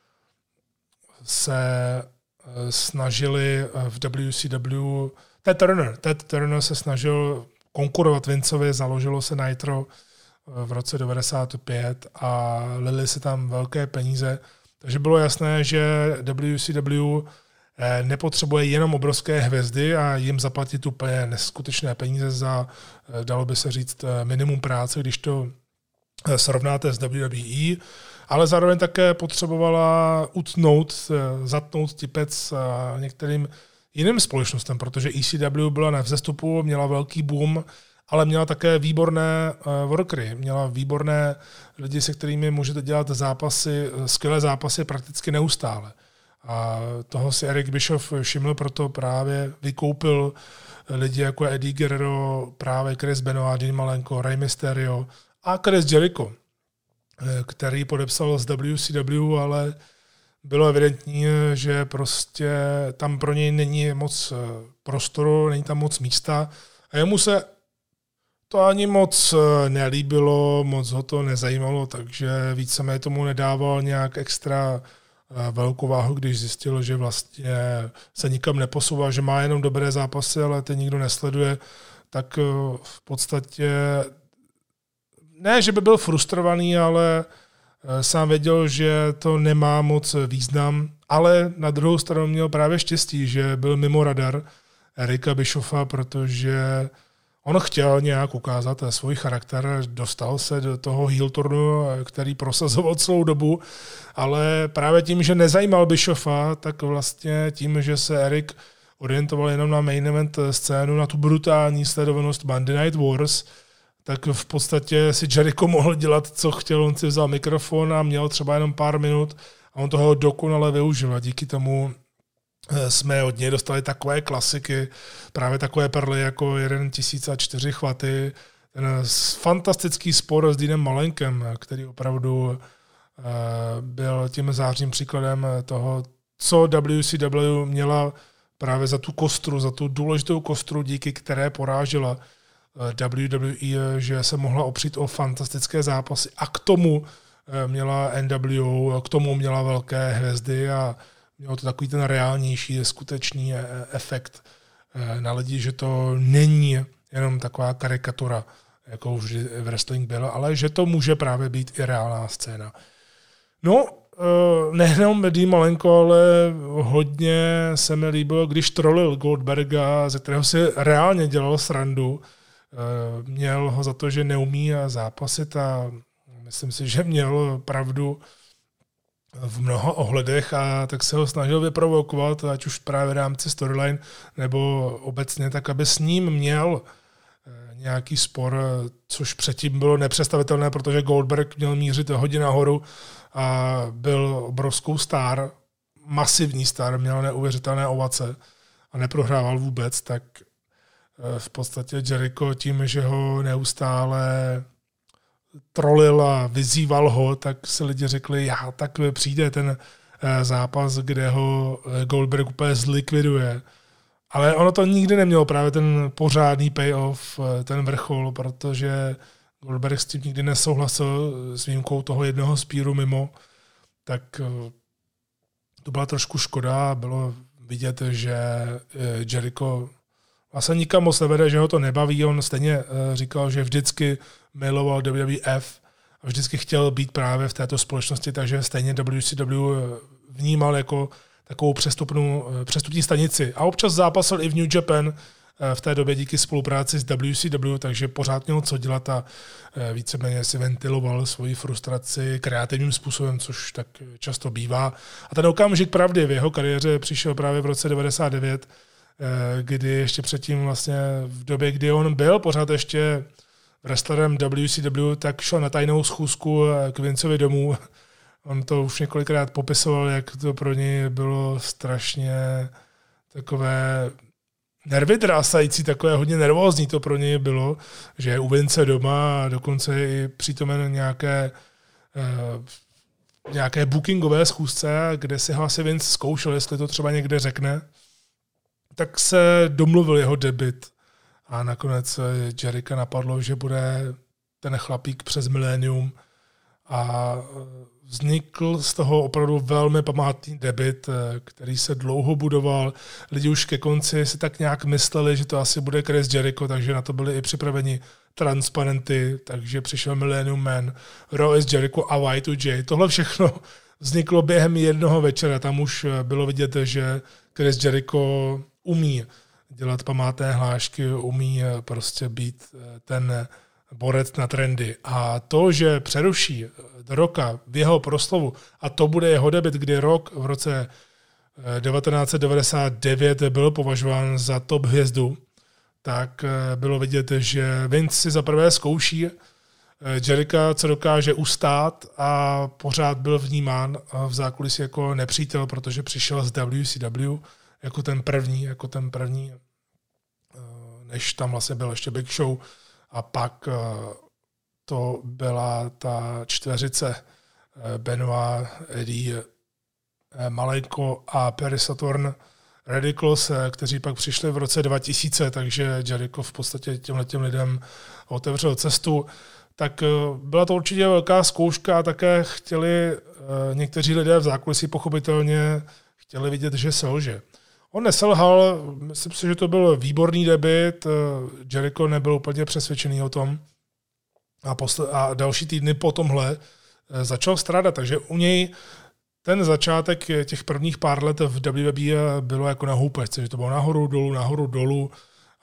[SPEAKER 1] se snažili v W C W, Ted Turner, Ted Turner se snažil konkurovat Vinceovi, založilo se Nitro v roce devadesát pět a lili se tam velké peníze, takže bylo jasné, že W C W nepotřebuje jenom obrovské hvězdy a jim zaplatit úplně neskutečné peníze za, dalo by se říct, minimum práce, když to srovnáte s W W E, ale zároveň také potřebovala utnout, zatnout tipec některým jiným společnostem, protože E C W byla na vzestupu, měla velký boom, ale měla také výborné workery, měla výborné lidi, se kterými můžete dělat zápasy, skvělé zápasy prakticky neustále. A toho si Eric Bischoff všiml, proto právě vykoupil lidi jako Eddie Guerrero, právě Chris Benoit, Dean Malenko, Rey Mysterio a Chris Jericho, který podepsal z W C W, ale bylo evidentní, že prostě tam pro něj není moc prostoru, není tam moc místa a jemu se to ani moc nelíbilo, moc ho to nezajímalo, takže víceméně tomu nedával nějak extra velkou váhu, když zjistil, že vlastně se nikam neposouvá, že má jenom dobré zápasy, ale ten nikdo nesleduje, tak v podstatě ne, že by byl frustrovaný, ale sám věděl, že to nemá moc význam, ale na druhou stranu měl právě štěstí, že byl mimo radar Erika Bischoffa, protože On chtěl nějak ukázat svůj charakter, dostal se do toho heel turnu, který prosazoval celou dobu, ale právě tím, že nezajímal Bischofa, tak vlastně tím, že se Erik orientoval jenom na main event scénu, na tu brutální sledovanost Monday Night Wars, tak v podstatě si Jericho mohl dělat, co chtěl. On si vzal mikrofon a měl třeba jenom pár minut a on toho dokonale využil. A díky tomu jsme od něj dostali takové klasiky, právě takové perly jako jeden tisíc čtyři chvaty, ten fantastický spor s Deanem Malenkem, který opravdu byl tím zářným příkladem toho, co W C W měla právě za tu kostru, za tu důležitou kostru, díky které porážela W W E, že se mohla opřít o fantastické zápasy a k tomu měla N W O, k tomu měla velké hvězdy a mělo to takový ten reálnější, skutečný efekt na lidi, že to není jenom taková karikatura, jako vždy wrestling byl, ale že to může právě být i reálná scéna. No, nejenom Dean Malenko, ale hodně se mi líbilo, když trolil Goldberga, ze kterého si reálně dělal srandu. Měl ho za to, že neumí zápasit a myslím si, že měl pravdu v mnoha ohledech a tak se ho snažil vyprovokovat, ať už právě v rámci storyline nebo obecně, tak aby s ním měl nějaký spor, což předtím bylo nepředstavitelné, protože Goldberg měl mířit hodně nahoru a byl obrovskou star, masivní star, měl neuvěřitelné ovace a neprohrával vůbec, tak v podstatě Jericho tím, že ho neustále trolil a vyzýval ho, tak se lidi řekli, já, tak přijde ten zápas, kde ho Goldberg úplně zlikviduje. Ale ono to nikdy nemělo právě ten pořádný payoff, ten vrchol, protože Goldberg s tím nikdy nesouhlasil s výjimkou toho jednoho spíru mimo, tak to byla trošku škoda. Bylo vidět, že Jericho vlastně nikam moc nevede, že ho to nebaví. On stejně říkal, že vždycky miloval W W F a vždycky chtěl být právě v této společnosti, takže stejně W C W vnímal jako takovou přestupnou, přestupní stanici. A občas zápasil i v New Japan v té době díky spolupráci s W C W, takže pořád měl co dělat a víceméně si ventiloval svoji frustraci kreativním způsobem, což tak často bývá. A ten okamžik pravdy v jeho kariéře přišel právě v roce devadesát devět, kdy ještě předtím vlastně v době, kdy on byl pořád ještě wrestlerem W C W, tak šel na tajnou schůzku k Vinceovi domů. On to už několikrát popisoval, jak to pro něj bylo strašně takové nervydrásající, takové hodně nervózní to pro něj bylo, že je u Vince doma a dokonce i přítomen nějaké, nějaké bookingové schůzce, kde si ho asi Vince zkoušel, jestli to třeba někde řekne. Tak se domluvil jeho debut a nakonec Jericha napadlo, že bude ten chlapík přes milénium a vznikl z toho opravdu velmi památný debut, který se dlouho budoval. Lidi už ke konci si tak nějak mysleli, že to asi bude Chris Jericho, takže na to byli i připraveni transparenty, takže přišel Millennium Man, Raw is Jericho a Y two J. Tohle všechno vzniklo během jednoho večera. Tam už bylo vidět, že Chris Jericho umí dělat památné hlášky, umí prostě být ten borec na trendy. A to, že přeruší Rocka v jeho proslovu, a to bude jeho debut, kdy Rock v roce devatenáct set devadesát devět byl považován za top hvězdu, tak bylo vidět, že Vince si zaprvé zkouší Jericha, co dokáže ustát, a pořád byl vnímán v zákulisí jako nepřítel, protože přišel z W C W jako ten první, jako ten první, než tam vlastně byl ještě Big Show, a pak to byla ta čtveřice Benoit, Eddie, Malenko a Perry Saturn Ridiculous, kteří pak přišli v roce dva tisíce, takže Jericho v podstatě těmhletěm lidem otevřel cestu. Tak byla to určitě velká zkouška a také chtěli někteří lidé v zákulisí pochopitelně chtěli vidět, že selže. On neselhal, myslím si, že to byl výborný debut, Jericho nebyl úplně přesvědčený o tom a, posle, a další týdny po tomhle začal strádat, takže u něj ten začátek těch prvních pár let v W W E bylo jako na houpačce, že to bylo nahoru, dolů, nahoru, dolů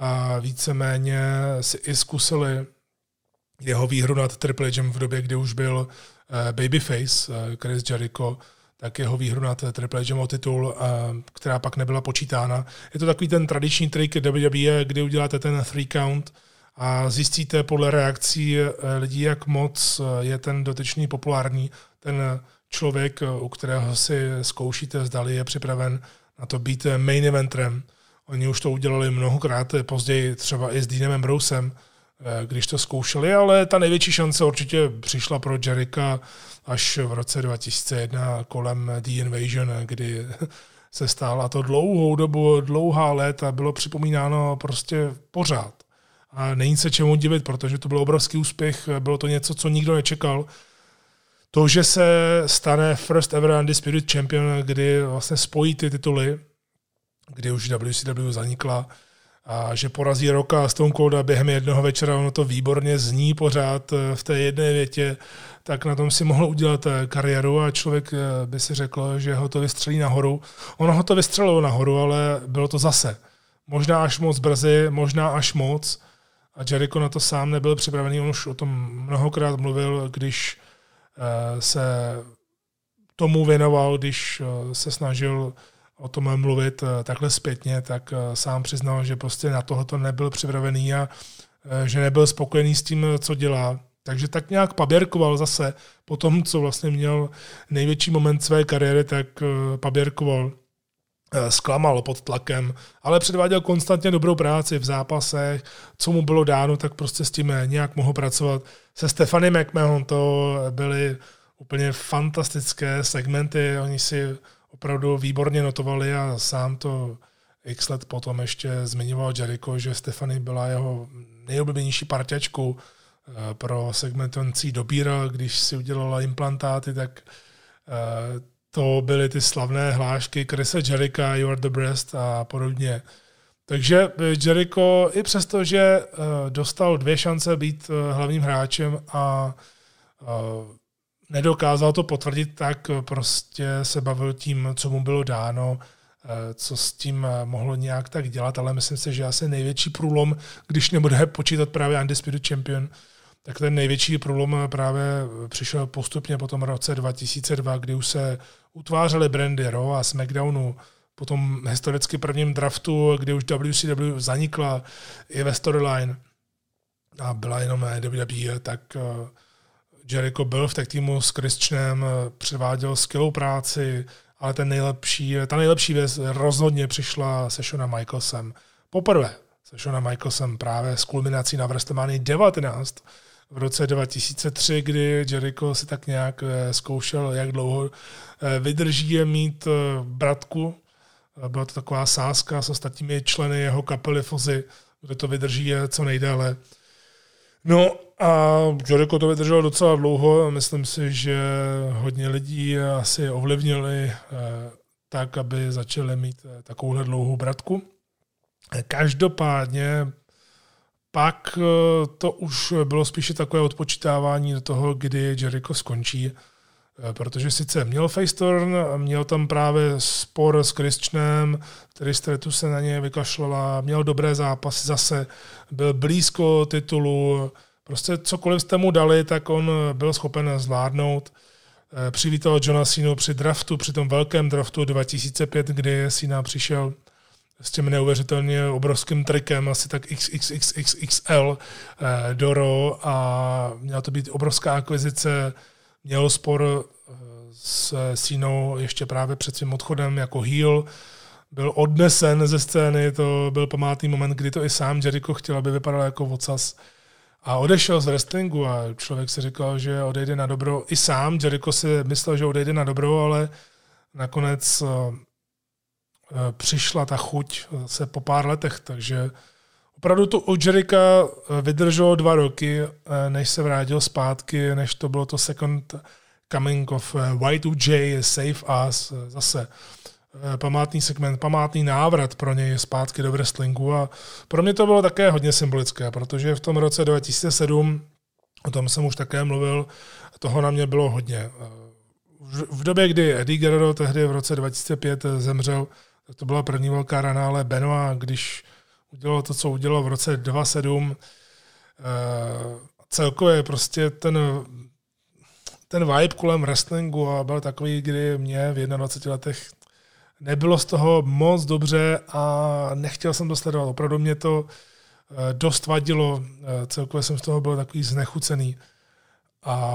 [SPEAKER 1] a víceméně si i zkusili jeho výhru nad Triple Hem v době, kdy už byl babyface Chris Jericho, tak jeho výhru nad Triple Hem o titul, která pak nebyla počítána. Je to takový ten tradiční trik W W E, kdy uděláte ten three count a zjistíte podle reakcí lidí, jak moc je ten dotyčný populární, ten člověk, u kterého si zkoušíte, zdali je připraven na to být main eventrem. Oni už to udělali mnohokrát, později třeba i s Deanem Ambrosem, když to zkoušeli, ale ta největší šance určitě přišla pro Jericha až v roce dva tisíce jedna kolem The Invasion, kdy se stál, a to dlouhou dobu, dlouhá léta bylo připomínáno prostě pořád. A není se čemu divit, protože to byl obrovský úspěch, bylo to něco, co nikdo nečekal. To, že se stane first ever undisputed champion, kdy vlastně spojí ty tituly, kdy už W C W zanikla, a že porazí Rocka a Stone Colda během jednoho večera, ono to výborně zní pořád v té jedné větě, tak na tom si mohl udělat kariéru a člověk by si řekl, že ho to vystřelí nahoru. Ono ho to vystřelilo nahoru, ale bylo to zase. Možná až moc brzy, možná až moc. A Jericho na to sám nebyl připravený, on už o tom mnohokrát mluvil, když se tomu věnoval, když se snažil o tom mluvit takhle zpětně, tak sám přiznal, že prostě na tohoto nebyl připravený a že nebyl spokojený s tím, co dělá. Takže tak nějak paběrkoval zase po tom, co vlastně měl největší moment své kariéry, tak paběrkoval, zklamal pod tlakem, ale předváděl konstantně dobrou práci v zápasech, co mu bylo dáno, tak prostě s tím nějak mohl pracovat. Se Stephanie McMahon to byly úplně fantastické segmenty, oni si opravdu výborně notovali a sám to x let potom ještě zmiňoval Jericho, že Stephanie byla jeho nejoblíbenější parťačkou pro segment, on si dobíral, když si udělala implantáty, tak to byly ty slavné hlášky Chrisa Jericha, You are the best a podobně. Takže Jericho i přesto, že dostal dvě šance být hlavním hráčem a nedokázal to potvrdit, tak prostě se bavil tím, co mu bylo dáno, co s tím mohlo nějak tak dělat, ale myslím si, že asi největší průlom, když nebude počítat právě Undisputed Champion, tak ten největší průlom právě přišel postupně po tom roce dva tisíce dva, kdy už se utvářely brandy Raw a SmackDownu, po tom historicky prvním draftu, kdy už W C W zanikla i ve storyline a byla jenom W W E, tak Jericho byl v tag týmu s Christianem, předváděl skvělou práci, ale ten nejlepší, ta nejlepší věc rozhodně přišla se Shawn Michaelsem. Poprvé se Shawn Michaelsem právě s kulminací na WrestleMania devatenáct v roce dva tisíce tři, kdy Jericho si tak nějak zkoušel, jak dlouho vydrží mít bratku. Byla to taková sázka s ostatními členy jeho kapely Fozzy, kde to vydrží co nejdéle. No a Jericho to vydrželo docela dlouho. Myslím si, že hodně lidí asi ovlivnili tak, aby začali mít takovouhle dlouhou bratku. Každopádně pak to už bylo spíše takové odpočítávání do toho, kdy Jericho skončí, protože sice měl face turn, měl tam právě spor s Christianem, který Stretu se na ně vykašlala, měl dobré zápasy zase, byl blízko titulu, prostě cokoliv jste mu dali, tak on byl schopen zvládnout. Přivítal Johna Cenu při draftu, při tom velkém draftu dva tisíce pět, kdy Cena přišel s tím neuvěřitelně obrovským trikem, asi tak X X X X X L do Raw a měla to být obrovská akvizice. Měl spor s Cenou ještě právě před svým odchodem jako heel. Byl odnesen ze scény, to byl památný moment, kdy to i sám Jericho chtěl, aby vypadal jako ocas. A odešel z wrestlingu a člověk si říkal, že odejde na dobro. I sám Jericho si myslel, že odejde na dobro, ale nakonec přišla ta chuť se po pár letech, takže opravdu to u Jericha vydrželo dva roky, než se vrátil zpátky, než to bylo to second coming of Y two J, Save Us, zase památný segment, památný návrat pro něj zpátky do wrestlingu a pro mě to bylo také hodně symbolické, protože v tom roce dva tisíce sedm, o tom jsem už také mluvil, toho na mě bylo hodně. V době, kdy Eddie Guerrero tehdy v roce dva tisíce pět zemřel, tak to byla první velká rana, ale Benoit, když udělal to, co udělal v roce dva tisíce sedm. Celkově prostě ten, ten vibe kolem wrestlingu a byl takový, kdy mě v dvaceti jedné letech nebylo z toho moc dobře a nechtěl jsem to sledovat. Opravdu mě to dost vadilo. Celkově jsem z toho byl takový znechucený. A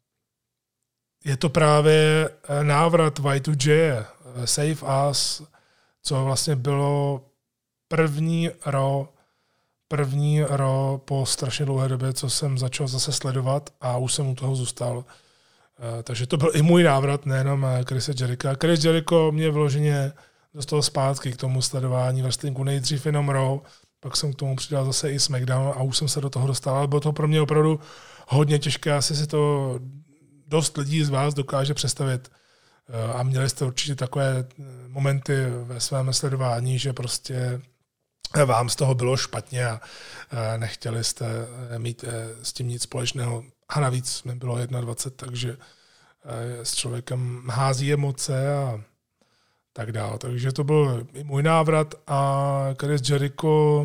[SPEAKER 1] je to právě návrat Y two J, Save Us, co vlastně bylo první ro, první ro po strašně dlouhé době, co jsem začal zase sledovat a už jsem u toho zůstal. Takže to byl i můj návrat, nejenom Chrise Jericha. Chris Jericho mě vloženě dostal zpátky k tomu sledování wrestlingu, nejdřív jenom Raw, pak jsem k tomu přidal zase i SmackDown a už jsem se do toho dostal, ale bylo to pro mě opravdu hodně těžké, asi si to dost lidí z vás dokáže představit. A měli jste určitě takové momenty ve svém sledování, že prostě vám z toho bylo špatně a nechtěli jste mít s tím nic společného. A navíc mi bylo dvacet jedna, takže s člověkem hází emoce a tak dále. Takže to byl i můj návrat a Chris Jericho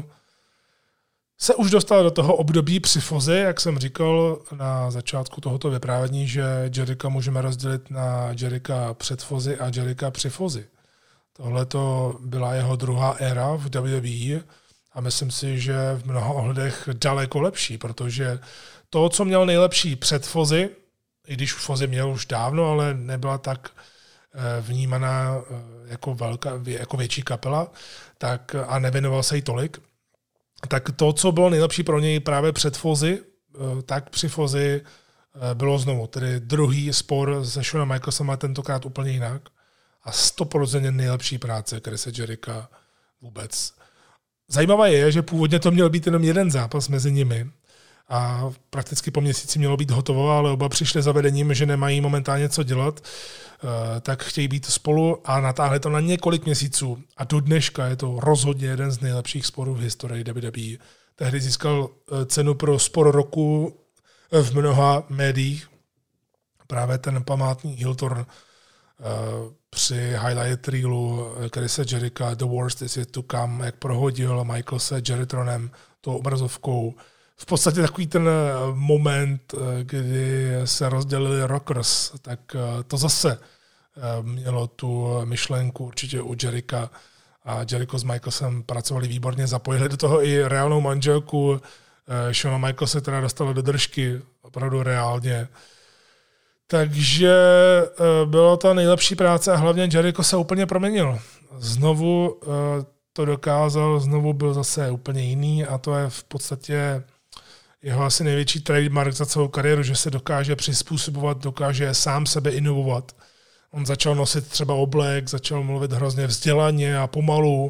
[SPEAKER 1] se už dostal do toho období při Fozi, jak jsem říkal na začátku tohoto vyprávění, že Jericha můžeme rozdělit na Jericha před Fozi a Jericha při Fozi. Tohle to byla jeho druhá éra v W W E a myslím si, že v mnoha ohledech daleko lepší, protože to, co měl nejlepší před Fozi, i když už Fozi měl už dávno, ale nebyla tak vnímaná jako, velká, jako větší kapela, tak a nevěnoval se jí tolik, tak to, co bylo nejlepší pro něj právě před Fozi, tak při Fozi bylo znovu, tedy druhý spor se Shawn Michaelsem a tentokrát úplně jinak a sto procent nejlepší práce Chrise Jericha vůbec. Zajímavé je, že původně to měl být jenom jeden zápas mezi nimi a prakticky po měsíci mělo být hotovo, ale oba přišli za vedením, že nemají momentálně co dělat, tak chtějí být spolu a natáhli to na několik měsíců. A do dneška je to rozhodně jeden z nejlepších sporů v historii W W E. Tehdy získal cenu pro spor roku v mnoha médiích. Právě ten památný Hilton při highlight reelu Chrise Jericha The Worst Is Yet To Come, jak prohodil Michaelse Jerrytronem tou obrazovkou. V podstatě takový ten moment, kdy se rozdělili Rockers, tak to zase mělo tu myšlenku určitě u Jericha a Jericho s Michaelsem pracovali výborně, zapojili do toho i reálnou manželku Shawna Michaelse, která dostala do držky opravdu reálně. Takže byla to nejlepší práce a hlavně Jericho se úplně proměnil. Znovu to dokázal, znovu byl zase úplně jiný a to je v podstatě jeho asi největší trademark za celou kariéru, že se dokáže přizpůsobovat, dokáže sám sebe inovovat. On začal nosit třeba oblek, začal mluvit hrozně vzdělaně a pomalu.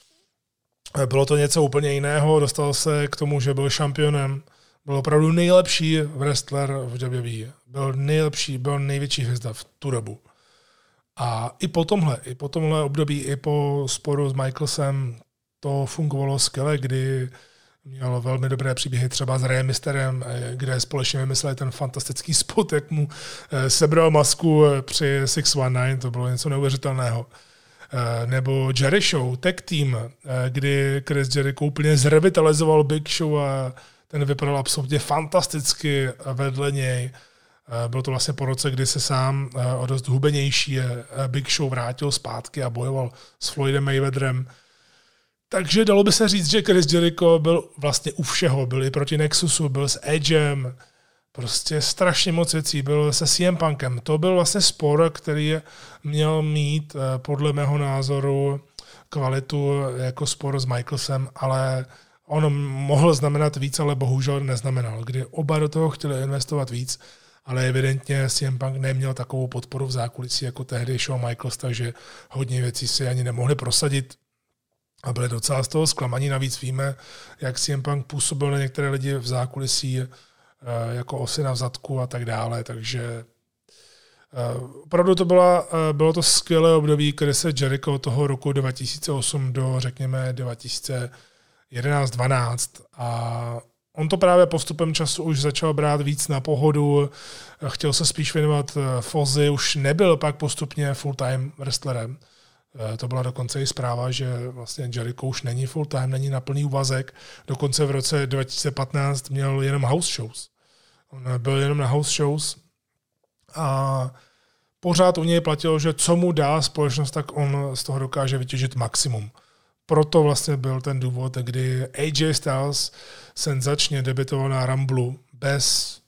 [SPEAKER 1] Bylo to něco úplně jiného, dostal se k tomu, že byl šampionem. Byl opravdu nejlepší wrestler v W W E. Byl nejlepší, byl největší hvězda v tu dobu. A i po tomhle, i po tomhle období, i po sporu s Michaelsem to fungovalo skvěle, kdy měl velmi dobré příběhy třeba s Rey Mysteriem, kde společně vymysleli ten fantastický spot, jak mu sebral masku při šest set devatenáct, to bylo něco neuvěřitelného. Nebo Jerry Show, tag team, kdy Chris Jericho úplně zrevitalizoval Big Show a ten vypadal absolutně fantasticky vedle něj. Bylo to vlastně po roce, kdy se sám o dost hubenější Big Show vrátil zpátky a bojoval s Floydem Mayweatherem. Takže dalo by se říct, že Chris Jericho byl vlastně u všeho. Byl i proti Nexusu, byl s Edgem, prostě strašně moc věcí. Byl se C M Punkem. To byl vlastně spor, který měl mít podle mého názoru kvalitu jako spor s Michaelsem, ale on mohl znamenat víc, ale bohužel neznamenal. Kdy oba do toho chtěli investovat víc, ale evidentně C M Punk neměl takovou podporu v zákulisí jako tehdy Shawn Michaels, takže hodně věcí si ani nemohli prosadit. A byli docela z toho zklamaní. Navíc víme, jak C M Punk působil na některé lidi v zákulisí jako osy na vzadku a tak dále. Takže opravdu to byla, bylo to skvělé období Chrise Jericho toho roku dva tisíce osm do, řekněme, dva tisíce jedenáct dvanáct. A on to právě postupem času už začal brát víc na pohodu. Chtěl se spíš věnovat Fozi, už nebyl pak postupně full-time wrestlerem. To byla dokonce i zpráva, že vlastně Jericho už není full time, není na plný úvazek. Dokonce v roce dva tisíce patnáct měl jenom house shows. On byl jenom na house shows a pořád u něj platilo, že co mu dá společnost, tak on z toho dokáže vytěžit maximum. Proto vlastně byl ten důvod, kdy A J Styles senzačně debitoval na Rumblu bez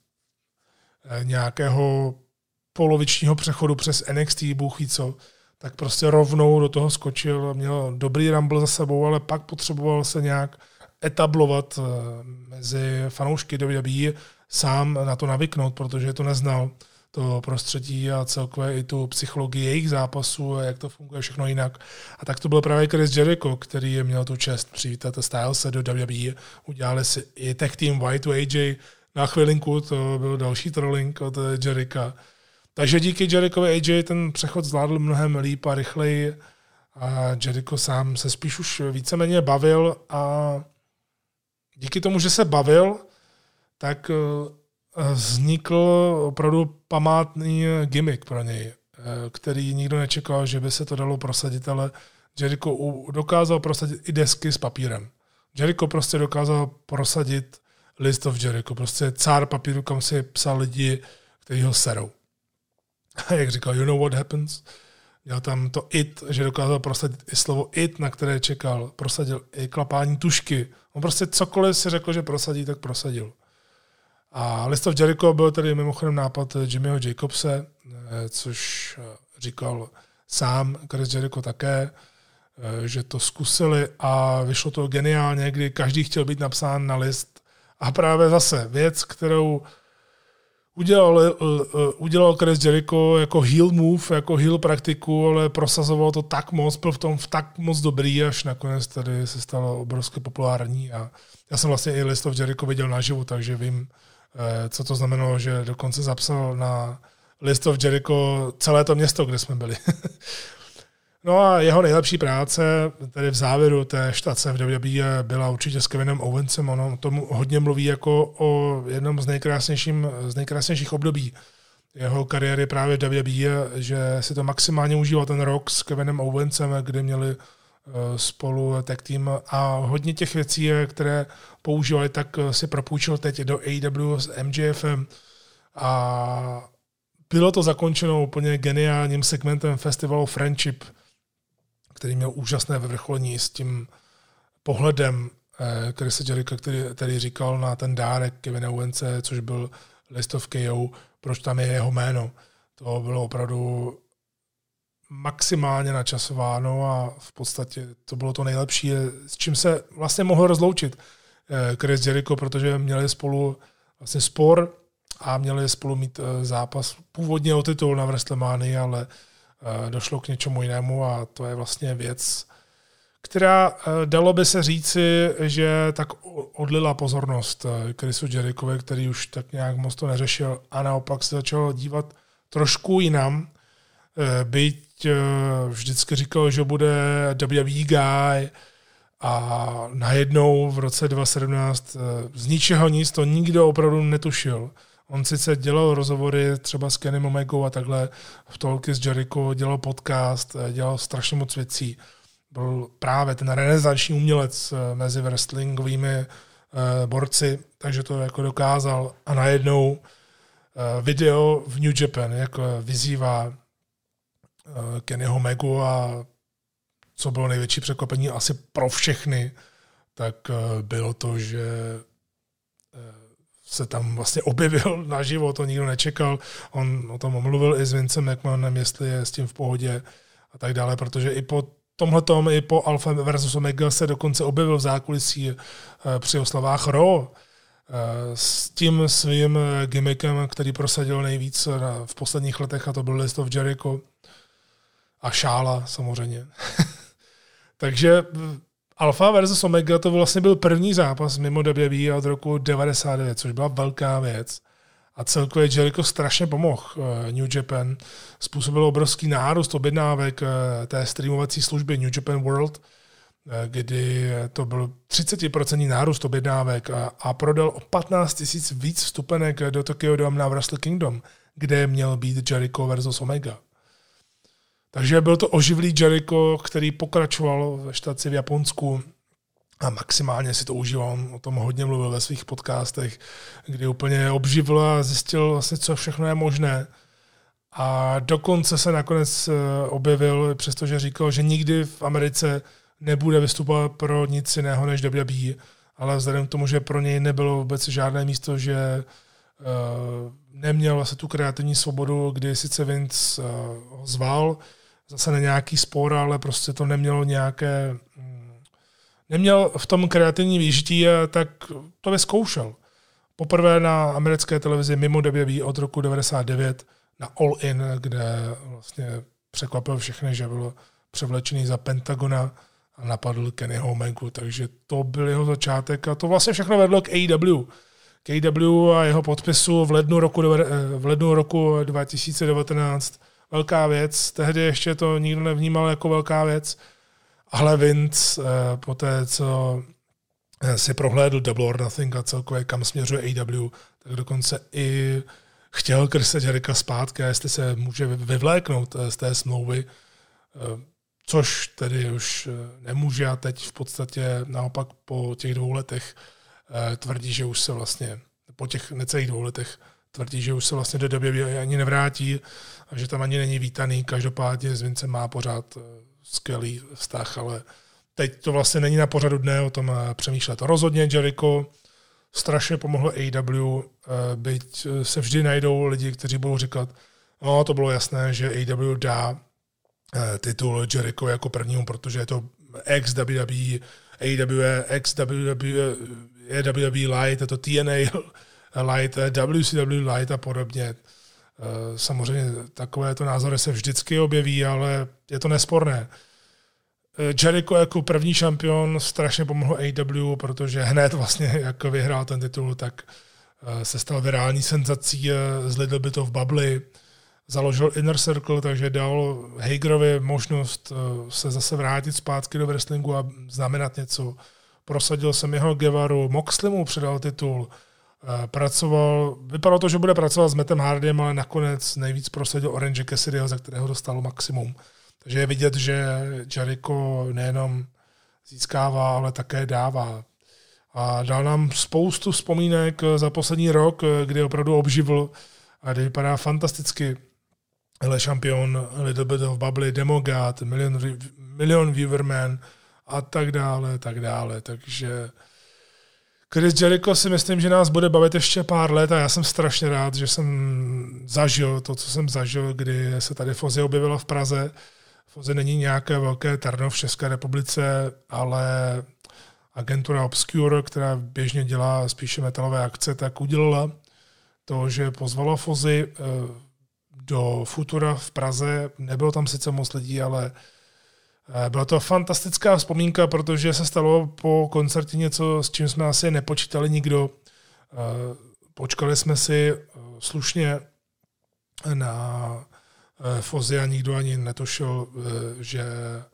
[SPEAKER 1] nějakého polovičního přechodu přes N X T, bůh ví co, tak prostě rovnou do toho skočil, měl dobrý Rumble za sebou, ale pak potřeboval se nějak etablovat mezi fanoušky W W E, sám na to navyknout, protože to neznal, to prostředí a celkově i tu psychologii jejich zápasů, jak to funguje všechno jinak. A tak to byl právě Chris Jericho, který měl tu čest přivítat Stylese do W W E. Udělali si i tag team White to A J na chvilinku, to byl další trolling od Jericha. Takže díky Jerichovi A J ten přechod zvládl mnohem líp a rychleji a Jericho sám se spíš už víceméně bavil a díky tomu, že se bavil, tak vznikl opravdu památný gimmick pro něj, který nikdo nečekal, že by se to dalo prosadit, ale Jericho dokázal prosadit i desky s papírem. Jericho prostě dokázal prosadit List of Jericho, prostě cár papíru, kam si psal lidi, kteří ho serou. A jak říkal, you know what happens? Měl tam to it, že dokázal prosadit i slovo it, na které čekal. Prosadil i klapání tušky. On prostě cokoliv si řekl, že prosadí, tak prosadil. A List of Jericho byl tady mimochodem nápad Jimmyho Jacobse, což říkal sám Chris Jericho také, že to zkusili a vyšlo to geniálně, kdy každý chtěl být napsán na list. A právě zase věc, kterou udělal, udělal Chris Jericho jako heel move, jako heel praktiku, ale prosazoval to tak moc, byl v tom tak moc dobrý, až nakonec tady se stalo obrovsky populární. A já jsem vlastně i List of Jericho viděl naživu, takže vím, co to znamenalo, že dokonce zapsal na List of Jericho celé to město, kde jsme byli. No a jeho nejlepší práce, tedy v závěru té štace v W W E, byla určitě s Kevinem Owensem. Ono tomu hodně mluví jako o jednom z, nejkrásnějším, z nejkrásnějších období jeho kariéry právě v W W E, že si to maximálně užíval ten rok s Kevinem Owensem, kdy měli spolu tag team a hodně těch věcí, které používali, tak si propůjčil teď do A E W s M J Fem a bylo to zakončeno úplně geniálním segmentem festivalu Friendship, který měl úžasné vyvrcholení s tím pohledem Chrisa Jericha, který, který říkal na ten dárek Kevina Owense, což byl List of K O, proč tam je jeho jméno. To bylo opravdu maximálně načasováno a v podstatě to bylo to nejlepší, s čím se vlastně mohl rozloučit Chris Jericho, protože měli spolu vlastně spor a měli spolu mít zápas původně o titul na WrestleManii, ale došlo k něčemu jinému a to je vlastně věc, která dalo by se říci, že tak odlila pozornost Chrisu Jerichovi, který už tak nějak moc to neřešil a naopak se začal dívat trošku jinam. Byť vždycky říkal, že bude W W E guy a najednou v roce dva tisíce sedmnáct z ničeho nic to nikdo opravdu netušil. On sice dělal rozhovory třeba s Kennym Omegou a takhle v Talky s Jericho, dělal podcast, dělal strašně moc věcí. Byl právě ten renesanční umělec mezi wrestlingovými borci, takže to jako dokázal. A najednou video v New Japan, jako vyzývá Kennyho Omegu a co bylo největší překvapení asi pro všechny, tak bylo to, že se tam vlastně objevil naživo, to nikdo nečekal. On o tom mluvil i s Vincem McMahonem, jestli je s tím v pohodě a tak dále, protože i po tomhletom, i po Alpha versus Omega se dokonce objevil v zákulisí při oslavách Raw s tím svým gimmickem, který prosadil nejvíc v posledních letech, a to byl List of Jericho a šála samozřejmě. Takže Alpha versus Omega to vlastně byl první zápas mimo W W E od roku devadesát devět, což byla velká věc. A celkově Jericho strašně pomohl New Japan. Způsobil obrovský nárůst objednávek té streamovací služby New Japan World, kdy to byl třicet procent nárůst objednávek a, a prodal o patnáct tisíc víc vstupenek do Tokyo Dome na Wrestle Kingdom, kde měl být Jericho versus Omega. Takže byl to oživlý Jericho, který pokračoval ve štaci v Japonsku a maximálně si to užíval. On o tom hodně mluvil ve svých podcastech, kdy úplně obživil a zjistil vlastně, co všechno je možné. A dokonce se nakonec objevil, přestože říkal, že nikdy v Americe nebude vystupovat pro nic jiného než W W E, ale vzhledem k tomu, že pro něj nebylo vůbec žádné místo, že uh, neměl vlastně tu kreativní svobodu, kdy sice Vince uh, ho zval, zase na nějaký spor, ale prostě to nemělo nějaké... Um, neměl v tom kreativní výžití, tak to vyzkoušel. Poprvé na americké televizi mimo W W E od roku devadesát devět na All In, kde vlastně překvapil všechny, že byl převlečený za Pentagona a napadl Kennyho Omegu, takže to byl jeho začátek a to vlastně všechno vedlo k A E W. K A E W a jeho podpisu v lednu roku, v lednu roku dva tisíce devatenáct. Velká věc, tehdy ještě to nikdo nevnímal jako velká věc, ale Vince po té, co si prohlédl Double or Nothing a celkově kam směřuje A E W, tak dokonce i chtěl Chrisa Jericha zpátky, jestli se může vyvléknout z té smlouvy, což tedy už nemůže a teď v podstatě naopak po těch dvou letech tvrdí, že už se vlastně, po těch necelých dvou letech tvrdí, že už se vlastně do W W E ani nevrátí a že tam ani není vítaný. Každopádně s Vincem má pořád skvělý vztah, ale teď to vlastně není na pořadu dne o tom přemýšlet. Rozhodně Jericho strašně pomohlo A E W, byť se vždy najdou lidi, kteří budou říkat, no to bylo jasné, že A E W dá titul Jericho jako prvnímu, protože je to ex-W W E, A E W je ex-W W E Light, je to T N A Light, W C W Light a podobně. Samozřejmě takovéto názory se vždycky objeví, ale je to nesporné. Jericho jako první šampion strašně pomohl A E W, protože hned vlastně, jak vyhrál ten titul, tak se stal virální senzací z Little Bit of Bubbly. Založil Inner Circle, takže dal Hagerovi možnost se zase vrátit zpátky do wrestlingu a znamenat něco. Prosadil jsem jeho Guevaru, Moxley mu předal titul, pracoval, vypadalo to, že bude pracovat s Mattem Hardym, ale nakonec nejvíc prosadil Orange Cassidyho, za kterého dostal maximum. Takže je vidět, že Jericho nejenom získává, ale také dává. A dal nám spoustu vzpomínek za poslední rok, kdy opravdu obživil a kdy vypadá fantasticky. Le Champion, Little Bit of Bubbly, Demogod, Million, Million Viewer Man a tak dále, tak dále. Takže Chris Jericho si myslím, že nás bude bavit ještě pár let a já jsem strašně rád, že jsem zažil to, co jsem zažil, kdy se tady Fozzy objevila v Praze. Fozzy není nějaké velké terno v České republice, ale agentura Obscure, která běžně dělá spíše metalové akce, tak udělala to, že pozvala Fozzy do Futura v Praze. Nebylo tam sice moc lidí, ale byla to fantastická vzpomínka, protože se stalo po koncertě něco, s čím jsme asi nepočítali nikdo. Počkali jsme si slušně na Fozzy a nikdo ani netušil, že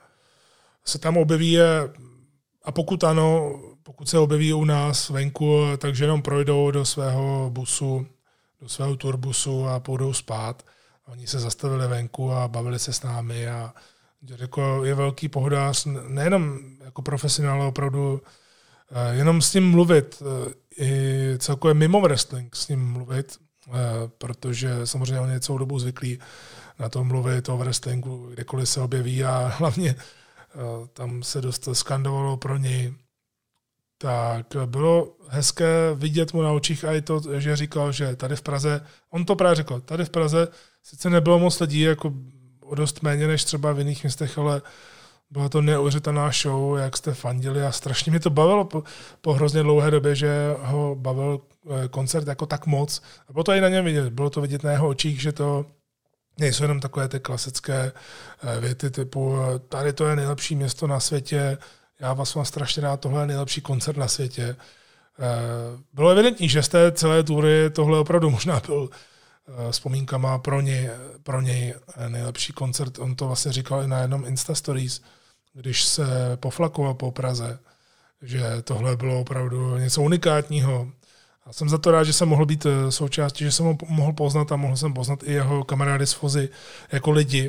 [SPEAKER 1] se tam objeví, a pokud ano, pokud se objeví u nás venku, takže jenom projdou do svého busu, do svého turbusu a půjdou spát. Oni se zastavili venku a bavili se s námi a Jericho je velký pohodář, nejenom jako profesionál, ale opravdu jenom s ním mluvit, i celkově mimo wrestling s ním mluvit, protože samozřejmě on je celou dobu zvyklý na tom mluvit o wrestlingu, kdekoliv se objeví a hlavně tam se dost skandovalo pro něj. Tak bylo hezké vidět mu na očích a i to, že říkal, že tady v Praze, on to právě řekl, tady v Praze sice nebylo moc lidí, jako o dost méně než třeba v jiných městech, ale byla to neuvěřitelná show, jak jste fandili a strašně mě to bavilo po, po hrozně dlouhé době, že ho bavil koncert jako tak moc. A bylo to i na něm vidět, bylo to vidět na jeho očích, že to nejsou jenom takové ty klasické věty typu tady to je nejlepší město na světě, já vás mám strašně rád, tohle je nejlepší koncert na světě. Bylo evidentní, že z té celé tury tohle opravdu možná byl vzpomínkama pro něj, pro něj nejlepší koncert. On to vlastně říkal i na jednom Insta Stories, když se poflakoval po Praze, že tohle bylo opravdu něco unikátního. A jsem za to rád, že jsem mohl být součástí, že jsem ho mohl poznat a mohl jsem poznat i jeho kamarády z Fozzy jako lidi.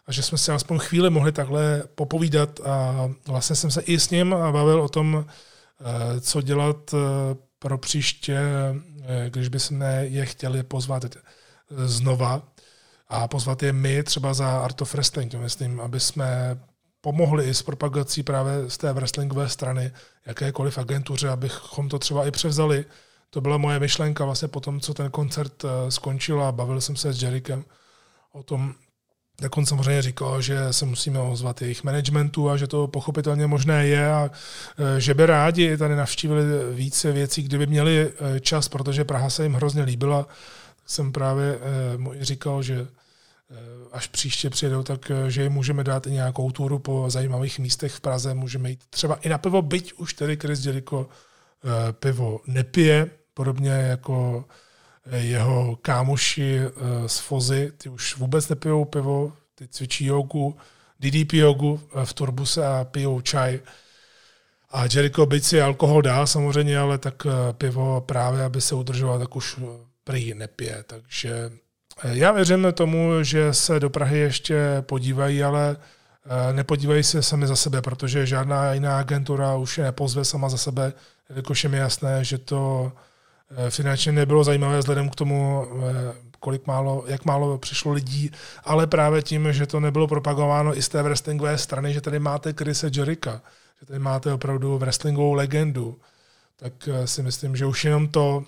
[SPEAKER 1] a že jsme si aspoň chvíli mohli takhle popovídat a vlastně jsem se i s ním bavil o tom, co dělat pro příště, když bychom je chtěli pozvat znova a pozvat je my třeba za Art of Wrestling, myslím, aby jsme pomohli i s propagací právě z té wrestlingové strany jakékoliv agentuře, abychom to třeba i převzali. To byla moje myšlenka vlastně po tom, co ten koncert skončil a bavil jsem se s Jerichem o tom, tak on samozřejmě říkal, že se musíme ozvat jejich managementu a že to pochopitelně možné je a že by rádi tady navštívili více věcí, kdyby měli čas, protože Praha se jim hrozně líbila. Tak jsem právě říkal, že až příště přijedou, tak že jim můžeme dát i nějakou túru po zajímavých místech v Praze, můžeme jít třeba i na pivo, byť už tedy Chris Jericho pivo nepije, podobně jako jeho kámoši z Fozy, ty už vůbec nepijou pivo, ty cvičí jogu, D D P jogu v turbuse a pijou čaj. A Jericho, byť si alkohol dá samozřejmě, ale tak pivo právě, aby se udržoval, tak už prý nepije. Takže já věřím tomu, že se do Prahy ještě podívají, ale nepodívají se sami za sebe, protože žádná jiná agentura už je nepozve sama za sebe, jakož je mi jasné, že to finančně nebylo zajímavé vzhledem k tomu, kolik málo, jak málo přišlo lidí, ale právě tím, že to nebylo propagováno i z té wrestlingové strany, že tady máte Chrise Jericha, že tady máte opravdu wrestlingovou legendu, tak si myslím, že už jenom to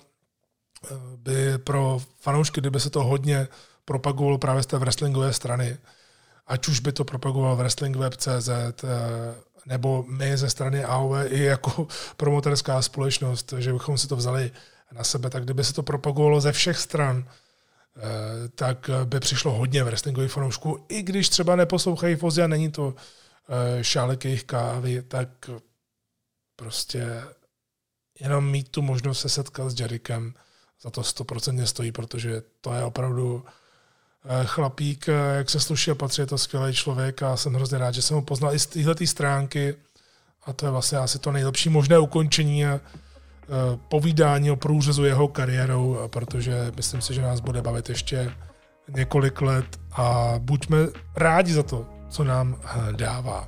[SPEAKER 1] by pro fanoušky, kdyby se to hodně propagovalo právě z té wrestlingové strany, ať už by to propagoval wrestlingweb tečka cé zet, nebo my ze strany A O V i jako promoterská společnost, že bychom si to vzali na sebe, tak kdyby se to propagovalo ze všech stran, tak by přišlo hodně wrestlingových fanoušků. I když třeba neposlouchají Fozy a není to šálek jejich kávy, tak prostě jenom mít tu možnost se setkat s Jerichem za to sto procent stojí, protože to je opravdu chlapík, jak se sluší a patří, je to skvělý člověk a jsem hrozně rád, že jsem ho poznal i z téhleté stránky a to je vlastně asi to nejlepší možné ukončení povídání o průřezu jeho kariérou, protože myslím si, že nás bude bavit ještě několik let a buďme rádi za to, co nám dává.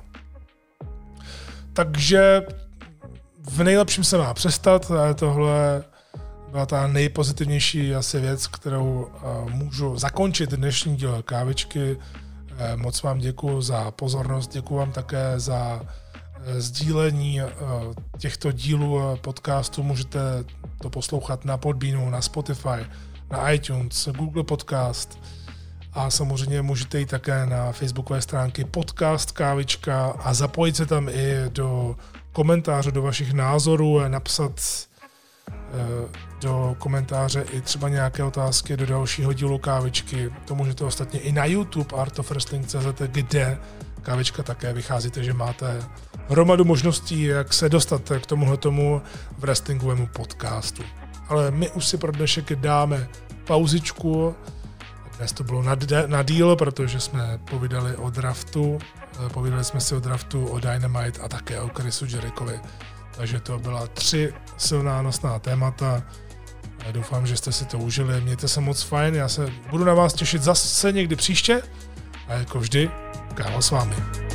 [SPEAKER 1] Takže v nejlepším se má přestat, tohle byla ta nejpozitivnější asi věc, kterou můžu zakončit dnešní díl Kávičky. Moc vám děkuji za pozornost, děkuji vám také za sdílení těchto dílů podcastu. Můžete to poslouchat na Podbeanu, na Spotify, na iTunes, Google Podcast a samozřejmě můžete jít také na facebookové stránky Podcast Kávička a zapojit se tam i do komentářů, do vašich názorů, napsat do komentáře i třeba nějaké otázky do dalšího dílu Kávičky. To můžete ostatně i na YouTube Art of Wrestling tečka cé zet, kde Kávička také vychází, takže máte hromadu možností, jak se dostat k tomuhletomu wrestlingovému podcastu. Ale my už si pro dnešek dáme pauzičku. Dnes to bylo na, na díl, protože jsme povídali o draftu. Povídali jsme si o draftu, o Dynamite a také o Chrisu Jerichovi. Takže to byla tři silná nosná témata. Já doufám, že jste si to užili. Mějte se moc fajn. Já se budu na vás těšit zase někdy příště. A jako vždy, kámo s vámi.